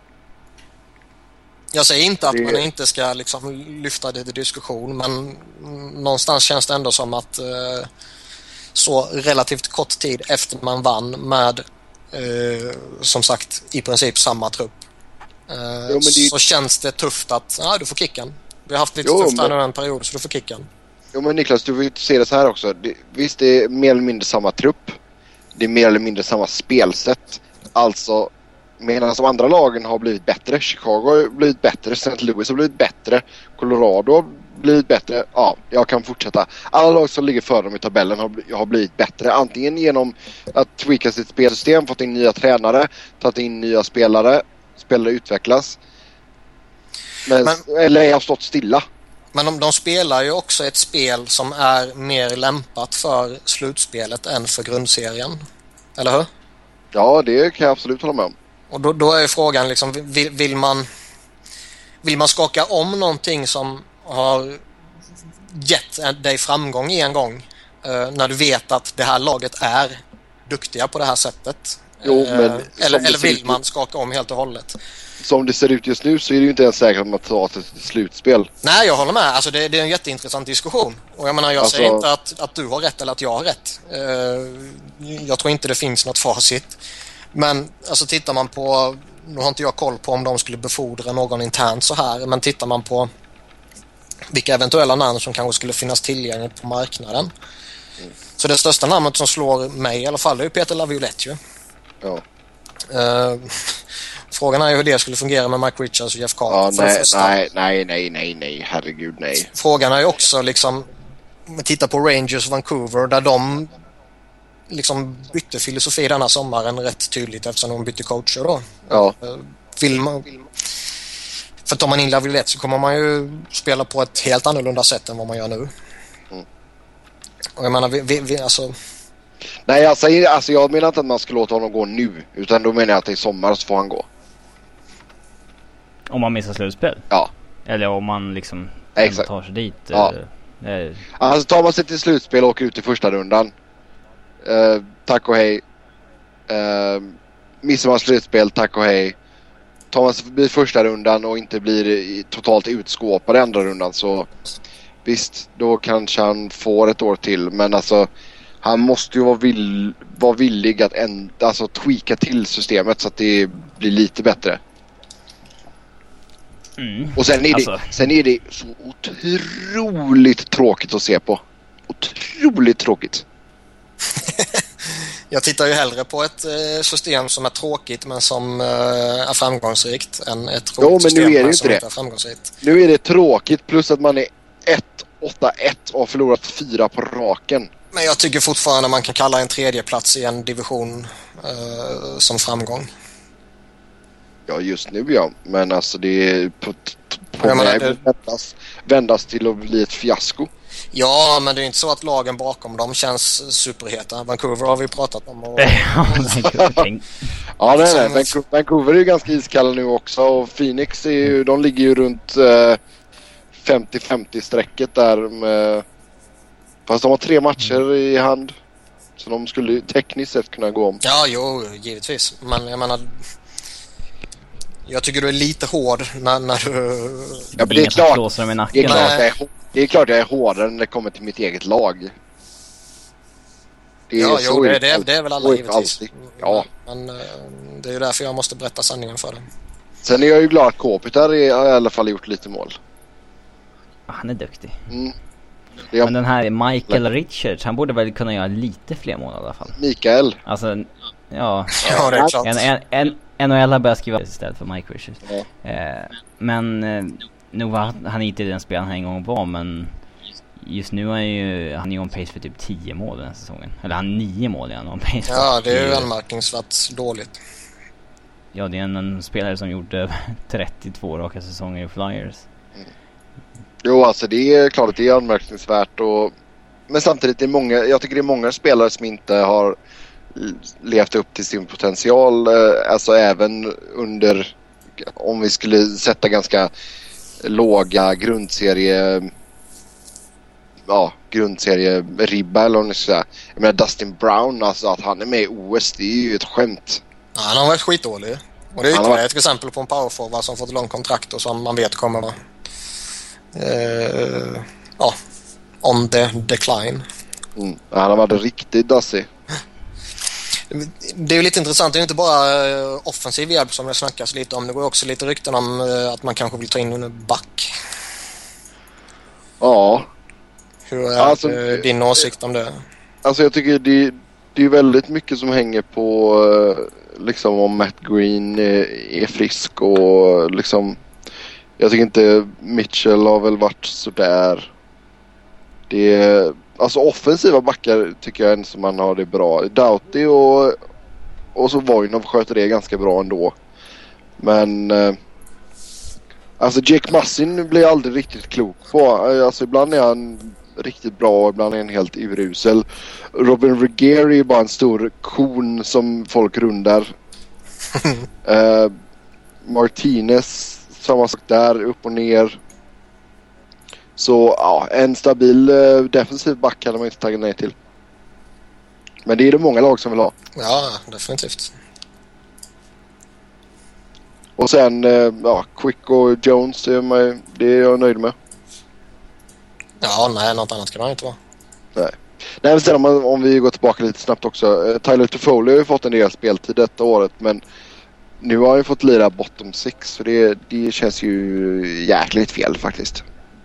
Jag säger inte att det... man inte ska liksom lyfta det till diskussion, men någonstans känns det ändå som att eh, så relativt kort tid efter man vann med eh, som sagt i princip samma trupp eh, jo, det... så känns det tufft att ja, du får kicken. Vi har haft lite jo, tufft här men... nu en period, så du får kicken. Jo, men Niklas, du vill se det så här också. Det, visst, det är mer eller mindre samma trupp. Det är mer eller mindre samma spelsätt. Alltså, medan de andra lagen har blivit bättre. Chicago har blivit bättre. Saint Louis har blivit bättre. Colorado har blivit bättre. Ja, jag kan fortsätta. Alla lag som ligger före dem i tabellen har, har blivit bättre. Antingen genom att tweaka sitt spelsystem, fått in nya tränare, tagit in nya spelare, spelare utvecklas. Men, men... Eller har stått stilla. Men de, de spelar ju också ett spel som är mer lämpat för slutspelet än för grundserien. Eller hur? Ja, det kan jag absolut hålla med om. Och då, då är ju frågan liksom, vill, vill man vill man skaka om någonting som har gett dig framgång i en gång eh, när du vet att det här laget är duktiga på det här sättet? Jo, men eh, eller, eller vill man skaka om helt och hållet? Som det ser ut just nu så är det ju inte ens säkert att man tar till ett slutspel. Nej, jag håller med. Alltså det, det är en jätteintressant diskussion. Och jag menar, jag alltså... säger inte att, att du har rätt eller att jag har rätt. Uh, jag tror inte det finns något facit. Men alltså tittar man på, nu har inte jag koll på om de skulle befordra någon internt så här, men tittar man på vilka eventuella namn som kanske skulle finnas tillgängligt på marknaden. Mm. Så det största namnet som slår mig i alla fall är ju Peter Laviolette ju. Ja. Uh, Frågan är ju hur det skulle fungera med Mike Richards och Jeff Carter. Ja, nej, nej, nej, nej, nej, nej, herregud, nej. Frågan är ju också liksom, titta på Rangers och Vancouver där de liksom bytte filosofi denna sommaren rätt tydligt eftersom de bytte coacher då. Ja. Vill man, för tar man in Laviolette så kommer man ju spela på ett helt annorlunda sätt än vad man gör nu. Mm. Och jag menar, vi, vi, vi alltså... Nej, alltså, alltså jag menar inte att man ska låta honom gå nu, utan då menar jag att i sommar så får han gå. Om man missar slutspel? Ja. Eller om man liksom exakt tar sig dit? Ja. Eh, alltså tar man sig till slutspel och åker ut i första rundan. Eh, tack och hej. Eh, missar man slutspel, tack och hej. Tar man sig förbi första rundan och inte blir totalt utskåpad i andra rundan så visst, då kanske han får ett år till. Men alltså, han måste ju vara, vill, vara villig att en, alltså, tweaka till systemet så att det blir lite bättre. Mm. Och sen är, alltså. det, sen är det så otroligt tråkigt att se på. Otroligt tråkigt. Jag tittar ju hellre på ett eh, system som är tråkigt men som eh, är framgångsrikt än ett tråkigt jo, men system nu är det som inte inte är framgångsrikt. Nu är det tråkigt plus att man är ett åtta ett och har förlorat fyra på raken. Men jag tycker fortfarande man kan kalla en tredje plats i en division eh, som framgång. Ja, just nu ja. Men alltså det är på, på väg att det... vändas, vändas till att bli ett fiasko. Ja, men det är inte så att lagen bakom dem känns superheta. Vancouver har vi pratat om. Och... ja, nej, nej. Vancouver, Vancouver är ju ganska iskalla nu också. Och Phoenix är ju, de ligger ju runt eh, femtio femtio strecket där med... Fast de har tre matcher i hand. Så de skulle ju tekniskt sett kunna gå om. Ja, jo, givetvis. Men jag menar... Jag tycker du är lite hård när, när du... Ja, men det är klart, det är klart, jag är, det är klart jag är hårdare när det kommer till mitt eget lag. Det är ja, jo, det, det, är, det är väl alla givetvis. Ja. Men det är ju därför jag måste berätta sanningen för dig. Sen är jag ju glad att Kopitar har i alla fall gjort lite mål. Han är duktig. Mm. Är... Men den här Michael Richards, han borde väl kunna göra lite fler mål i alla fall. Mikael. Alltså, ja. Ja, det är klart. En, en, en, N H L har börjat skriva istället för Mike Richards. Ja. Eh, men eh, nu var han inte den spelaren han en gång var, men just nu är han ju han är on pace för typ tio mål den här säsongen. Eller han nio mål igen on pace. Ja, det är ju anmärkningsvärt dåligt. Ja, det är en, en spelare som gjorde trettiotvå raka säsonger i Flyers. Mm. Jo, alltså det är klart att det är anmärkningsvärt och men samtidigt är det många, jag tycker det är många spelare som inte har levt upp till sin potential, alltså även under, om vi skulle sätta ganska låga grundserie ja, grundserie-ribba eller om ni ska säga. Jag menar Dustin Brown, alltså att han är med i O S, det är ju ett skämt. Ja, han har varit skitdålig. Och det är ytterligare varit... ett exempel på en powerforward som fått lång kontrakt och som man vet kommer vara uh, ja, on the decline. Mm. Han har varit riktigt dassig. Det är ju lite intressant, det är inte bara offensiv hjälp som det snackas lite om. Det går också lite rykten om att man kanske vill ta in en back. Ja. Hur är alltså, din åsikt om det? Alltså jag tycker det, det är väldigt mycket som hänger på liksom om Matt Green är frisk och liksom jag tycker inte Mitchell har väl varit så där. Det är, alltså offensiva backar tycker jag som man har det bra. Doughty och och så Voinov sköter det ganska bra ändå. Men eh, alltså Jake Massin blir jag aldrig riktigt klok på. Alltså ibland är han riktigt bra och ibland är han helt urusel. Robin Regier är bara en stor kon som folk rundar. eh, Martinez samma sak där, upp och ner. Så ja, en stabil eh, defensiv back hade man inte tagit nej till. Men det är det många lag som vill ha. Ja, definitivt. Och sen eh, ja, Quick och Jones, det är, man, det är jag nöjd med. Ja, nej, något annat kan man inte vara. Nej. Nej, men sen om, man, om vi går tillbaka lite snabbt också. Eh, Tyler Toffoli har ju fått en del speltid detta året, men nu har han ju fått lira bottom six, så det, det känns ju jäkligt fel faktiskt.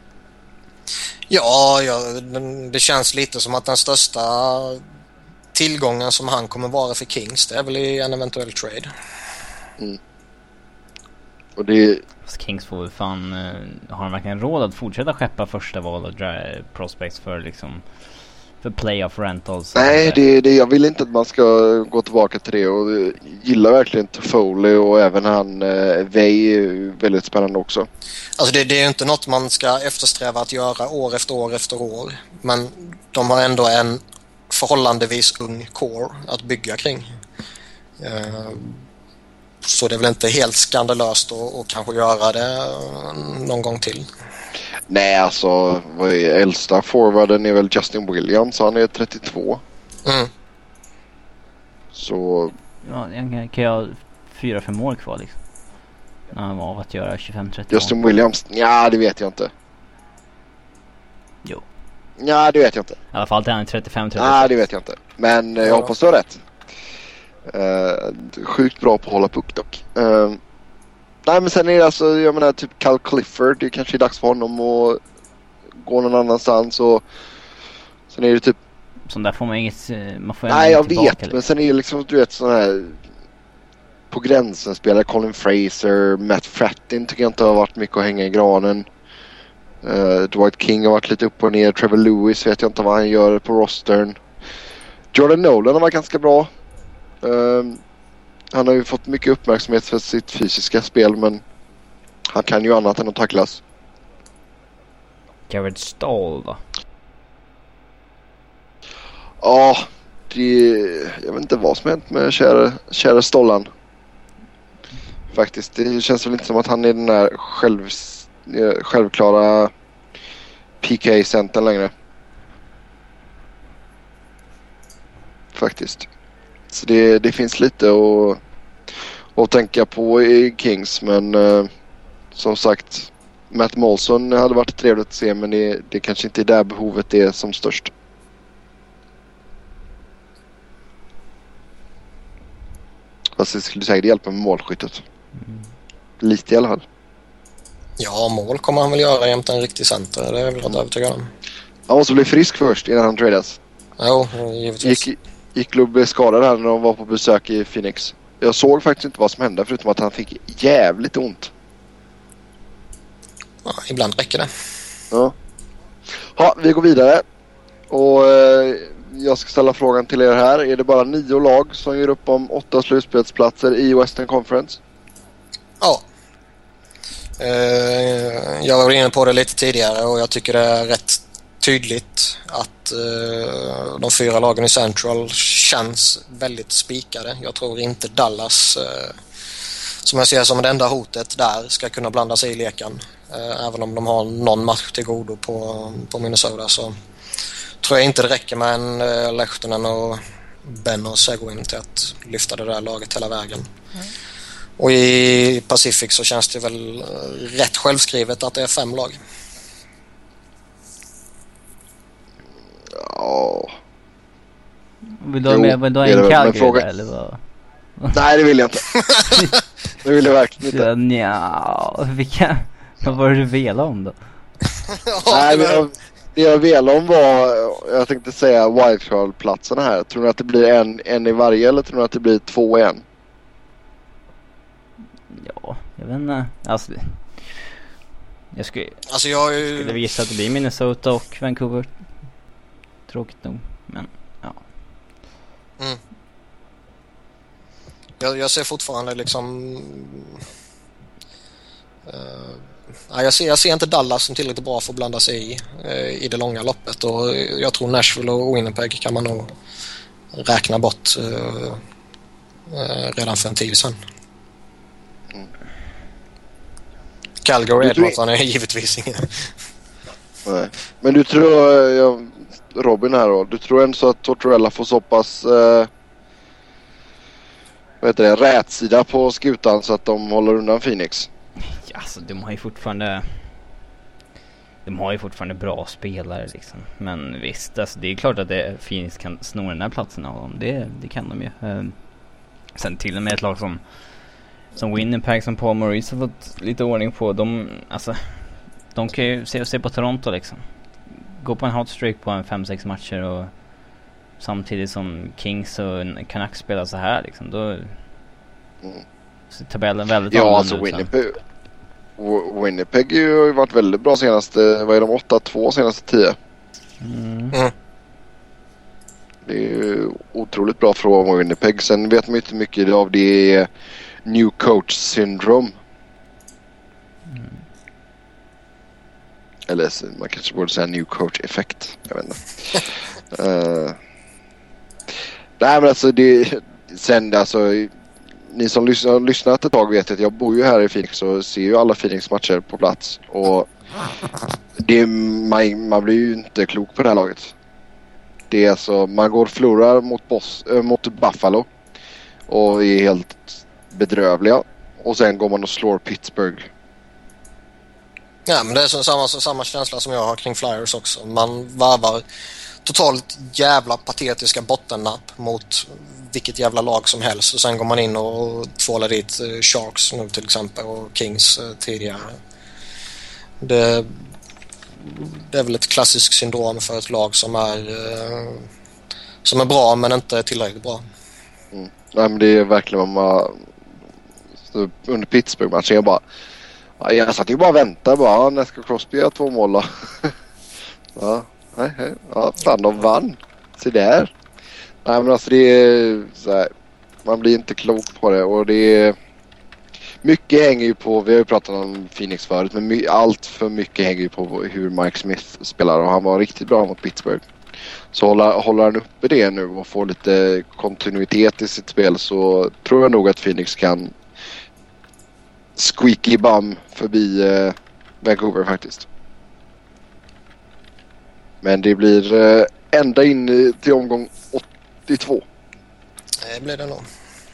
Ja, ja, det känns lite som att den största tillgången som han kommer vara för Kings, det är väl i en eventuell trade. Mm. Och det... Kings får väl fan, har han verkligen råd att fortsätta skeppa första val och dra prospects för liksom för playoff rentals? Nej, det, det, jag vill inte att man ska gå tillbaka till det, och jag gillar verkligen Toffoli och även han eh, Vej är väldigt spännande också. Alltså det, det är ju inte något man ska eftersträva att göra år efter år efter år, men de har ändå en förhållandevis ung core att bygga kring. Uh, så det är väl inte helt skandalöst att, att kanske göra det någon gång till. Nej, alltså vad är äldsta forwarden är väl Justin Williams, han är trettiotvå. Mm. Så ja, jag kan jag fyra fem år kvar liksom. När han var av att göra tjugofem trettio. Justin Williams, ja det vet jag inte. Jo. Ja, det vet jag inte. I alla fall till han är trettiofem trettiosex. Nej, det vet jag inte. Men uh, jag hoppas du har rätt. Uh, sjukt bra på att hålla puck dock. Uh, nej, men sen är det alltså, jag menar typ Cal Clifford, det kanske är dags för honom att gå någon annanstans, och sen är det typ sån där får man inget, man får nej, jag tillbaka, vet, eller? Men sen är det liksom, du vet, sån här på gränsen spelare, Colin Fraser, Matt Frattin tycker jag inte har varit mycket att hänga i granen. Uh, Dwight King har varit lite upp och ner. Trevor Lewis vet jag inte vad han gör på rostern. Jordan Nolan har varit ganska bra. Uh, han har ju fått mycket uppmärksamhet för sitt fysiska spel, men han kan ju annat än att tacklas. Garrett Stahl då? Ja, det, jag vet inte vad som hänt med kära, kära Stollan. Faktiskt, det känns väl inte som att han är den där själv, självklara P K-centern längre. Faktiskt. Så det, det finns lite att, att tänka på i Kings, men uh, som sagt, Matt Molson hade varit trevligt att se, men det, det kanske inte är där behovet är som störst. Fast det skulle säkert hjälpa med målskyttet. Mm. Lite i alla fall. Ja, mål kommer han väl göra jämte en riktig center. Det är väl rätt övertygad om. Han måste bli frisk först innan han tradas. Jo, givetvis. Gick, gick Lubbe skadad här när de var på besök i Phoenix. Jag såg faktiskt inte vad som hände, förutom att han fick jävligt ont. Ja, ibland räcker det. Ja. Ja, vi går vidare. Och eh, jag ska ställa frågan till er här. Är det bara nio lag som gör upp om åtta slutspelsplatser i Western Conference? Ja. Uh, jag var inne på det lite tidigare, och jag tycker det är rätt tydligt att uh, de fyra lagen i Central känns väldigt spikade. Jag tror inte Dallas, uh, som jag ser som det enda hotet där, ska kunna blanda sig i leken. Uh, även om de har någon match till godo på, på Minnesota, så tror jag inte det räcker med en uh, Lehtonen och Ben och Seguin till att lyfta det där laget hela vägen. Mm. Och i Pacific så känns det väl uh, rätt självskrivet att det är fem lag. Ja. Vill du ha med, vill du ha en Calgary fråga... eller vad? Nej, det vill jag inte. Det vill jag verkligen inte. Ja, nja, vilka... Vad var det du velade om då? Nej, men jag, det jag velade om var, jag tänkte säga wildcard-platserna här. Tror du att det blir en, en i varje eller tror du att det blir två i en? Ja, jag vet inte. Alltså, jag skulle, alltså jag ju... skulle visa att det blir Minnesota och Vancouver. Tråkigt nog, men ja. Mm. Jag, jag ser fortfarande liksom... Uh, ja, jag, ser, jag ser inte Dallas som tillräckligt bra för att blanda sig i uh, i det långa loppet. Och jag tror Nashville och Winnipeg kan man nog räkna bort uh, uh, redan för en tid sedan. Mm. Calgary Edmonton är givetvis ingen. Nej. Men du tror, jag, Robin här då, du tror ändå så att Tortorella får så pass uh, vad heter det, rätsida på skutan så att de håller undan Phoenix? Ja, alltså de har ju fortfarande de har ju fortfarande bra spelare liksom. Men visst, alltså, det är klart att det, Phoenix kan sno den här platsen av dem. Det, det kan de ju. Um, sen till och med ett lag som som Winnipeg, som Paul Maurice har fått lite ordning på. De, alltså, de kan ju se, se på Toronto liksom. Gå på en hot streak på en fem sex matcher och samtidigt som Kings och Canucks spelar så här liksom, då mm. så tabellen väldigt ja, alltså Winnipeg w- Winnipeg har ju varit väldigt bra senaste, vad är de, åtta två senaste tio. Mm. Mm. Det är ju otroligt bra från Winnipeg. Sen vet man ju inte mycket av det new coach syndrome. Mm. Eller man kanske borde säga new coach effekt, jag vet inte. uh, nej men alltså det, sen alltså ni som lyssnar, lyssnat ett tag vet att jag bor ju här i Phoenix och ser ju alla Phoenix matcher på plats och det, man, man blir ju inte klok på det här laget. Det är alltså, man går och förlorar mot, Boss, äh, mot Buffalo och är helt bedrövliga och sen går man och slår Pittsburgh. Ja, men det är så samma, så samma känsla som jag har kring Flyers också. Man varvar totalt jävla patetiska bottennapp mot vilket jävla lag som helst och sen går man in och tvålar dit Sharks nu till exempel och Kings tidigare. Det, det är väl ett klassiskt syndrom för ett lag som är som är bra men inte tillräckligt bra. Mm. Nej, men det är verkligen man under Pittsburgh-matchen jag bara jag satt ju bara och väntade bara, när ska Crosby göra två mål då? ja, nej, nej, ja, fan de vann. Se där. Nej men alltså det är så här, man blir inte klok på det och det är mycket hänger ju på, vi har ju pratat om Phoenix förut, men my, allt för mycket hänger ju på hur Mike Smith spelar och han var riktigt bra mot Pittsburgh. Så håller, håller han uppe det nu och får lite kontinuitet i sitt spel så tror jag nog att Phoenix kan squeaky bum förbi eh, Vancouver faktiskt. Men det blir eh, ända in till omgång åttiotvå. Det blir det nog.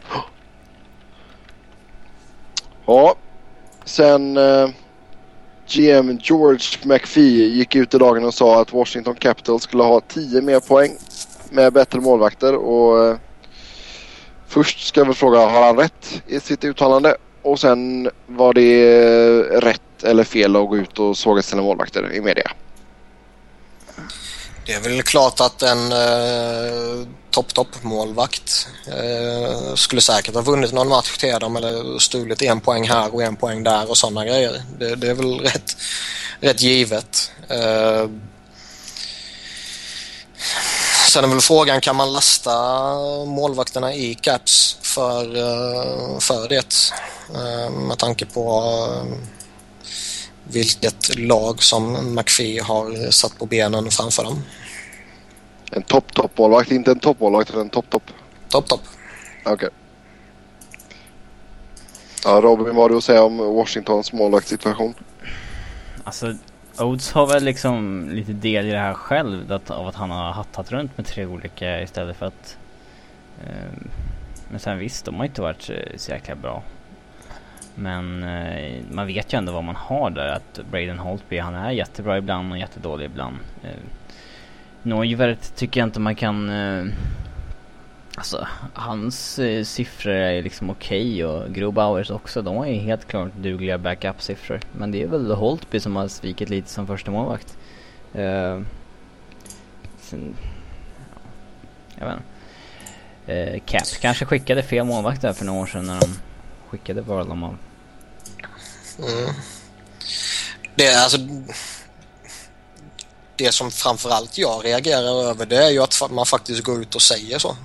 Ja. Sen eh, G M George McPhee gick ut i dagen och sa att Washington Capitals skulle ha tio mer poäng med bättre målvakter och eh, först ska jag väl fråga, har han rätt i sitt uttalande? Och sen var det rätt eller fel att gå ut och såga sina målvakter i media? Det är väl klart att en eh, topp-topp-målvakt eh, skulle säkert ha vunnit någon match till dem eller stulit en poäng här och en poäng där och sådana grejer. Det, det är väl rätt, rätt givet. Eh, sen är väl frågan, kan man lasta målvakterna i Caps för, eh, för det? Eh, med tanke på eh, vilket lag som McPhee har satt på benen framför dem. En topp-topp-målvakt, inte en topp-målvakt utan en topp-topp. Topp-topp. Okej. Okay. Ja, Robin, vad har du att säga om Washingtons målvaktssituation? Alltså, Oates har väl liksom lite del i det här själv, att, av att han har hattat runt med tre olika istället för att eh, men sen visst, de har inte varit så jäkla bra. Men eh, man vet ju ändå vad man har där, att Braden Holtby, han är jättebra ibland och jättedålig ibland. eh, Neuwirth tycker jag inte man kan eh, alltså hans eh, siffror är liksom okej, och Grobauers också, de har ju helt klart dugliga backup-siffror. Men det är väl Holtby som har svikit lite som första målvakt. Uh, sen, ja, jag vet inte. Uh, Cap kanske skickade fel målvakt där för några år sedan när de skickade Varlamov. Mm. Det är alltså det som framförallt jag reagerar över, det är ju att man faktiskt går ut och säger så.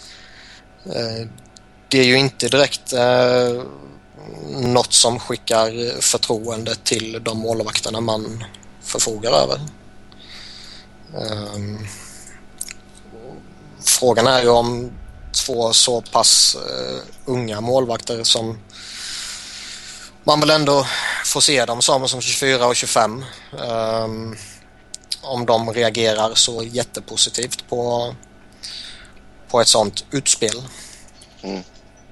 Det är ju inte direkt eh, något som skickar förtroende till de målvakterna man förfogar över. Um, frågan är ju om två så pass uh, unga målvakter som man väl ändå får se dem som, som tjugofyra och tjugofem, um, om de reagerar så jättepositivt på på ett sånt utspel. Mm.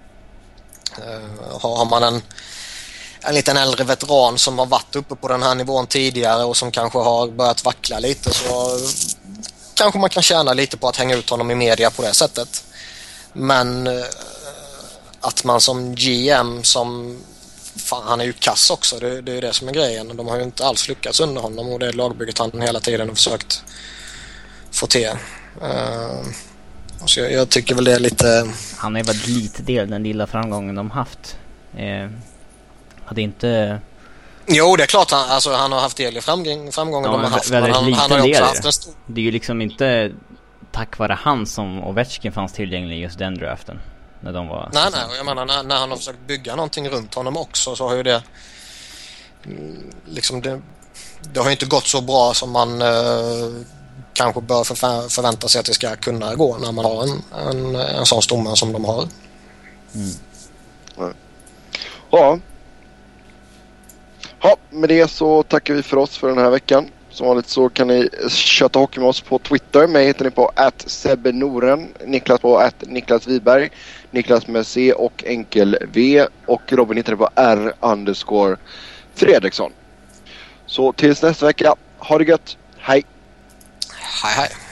Uh, har man en en liten äldre veteran som har varit uppe på den här nivån tidigare och som kanske har börjat vackla lite, så kanske man kan tjäna lite på att hänga ut honom i media på det sättet. Men uh, att man som G M som fan, han är ju kass också, det, det är det som är grejen. De har ju inte alls lyckats under honom, och det är lagbygget han hela tiden har försökt få till. Uh, så jag, jag tycker väl det är lite... Han är väl lite del den lilla framgången de haft. Eh, hade inte... Jo, det är klart han, alltså, han har haft del i framgång, framgången ja, de har haft. Men han, han har ju också haft en stor... Det är ju liksom inte tack vare han som Ovechkin fanns tillgänglig i just den draften. När de var... Nej, nej, jag menar när, när han har försökt bygga någonting runt honom också, så har ju det... Liksom det... Det har ju inte gått så bra som man... Eh, kanske bör för, förvänta sig att det ska kunna gå när man har en, en, en sån stomme som de har. Mm. Ja. Ja, med det så tackar vi för oss för den här veckan. Som vanligt så kan ni köta hockey med oss på Twitter. Mig heter ni på at sebenoren, Niklas på at Niklas Wiberg, Niklas med C och enkel V, och Robin hittar ni på R underscore Fredriksson. Så tills nästa vecka, ha det gött, hej! Hej hej!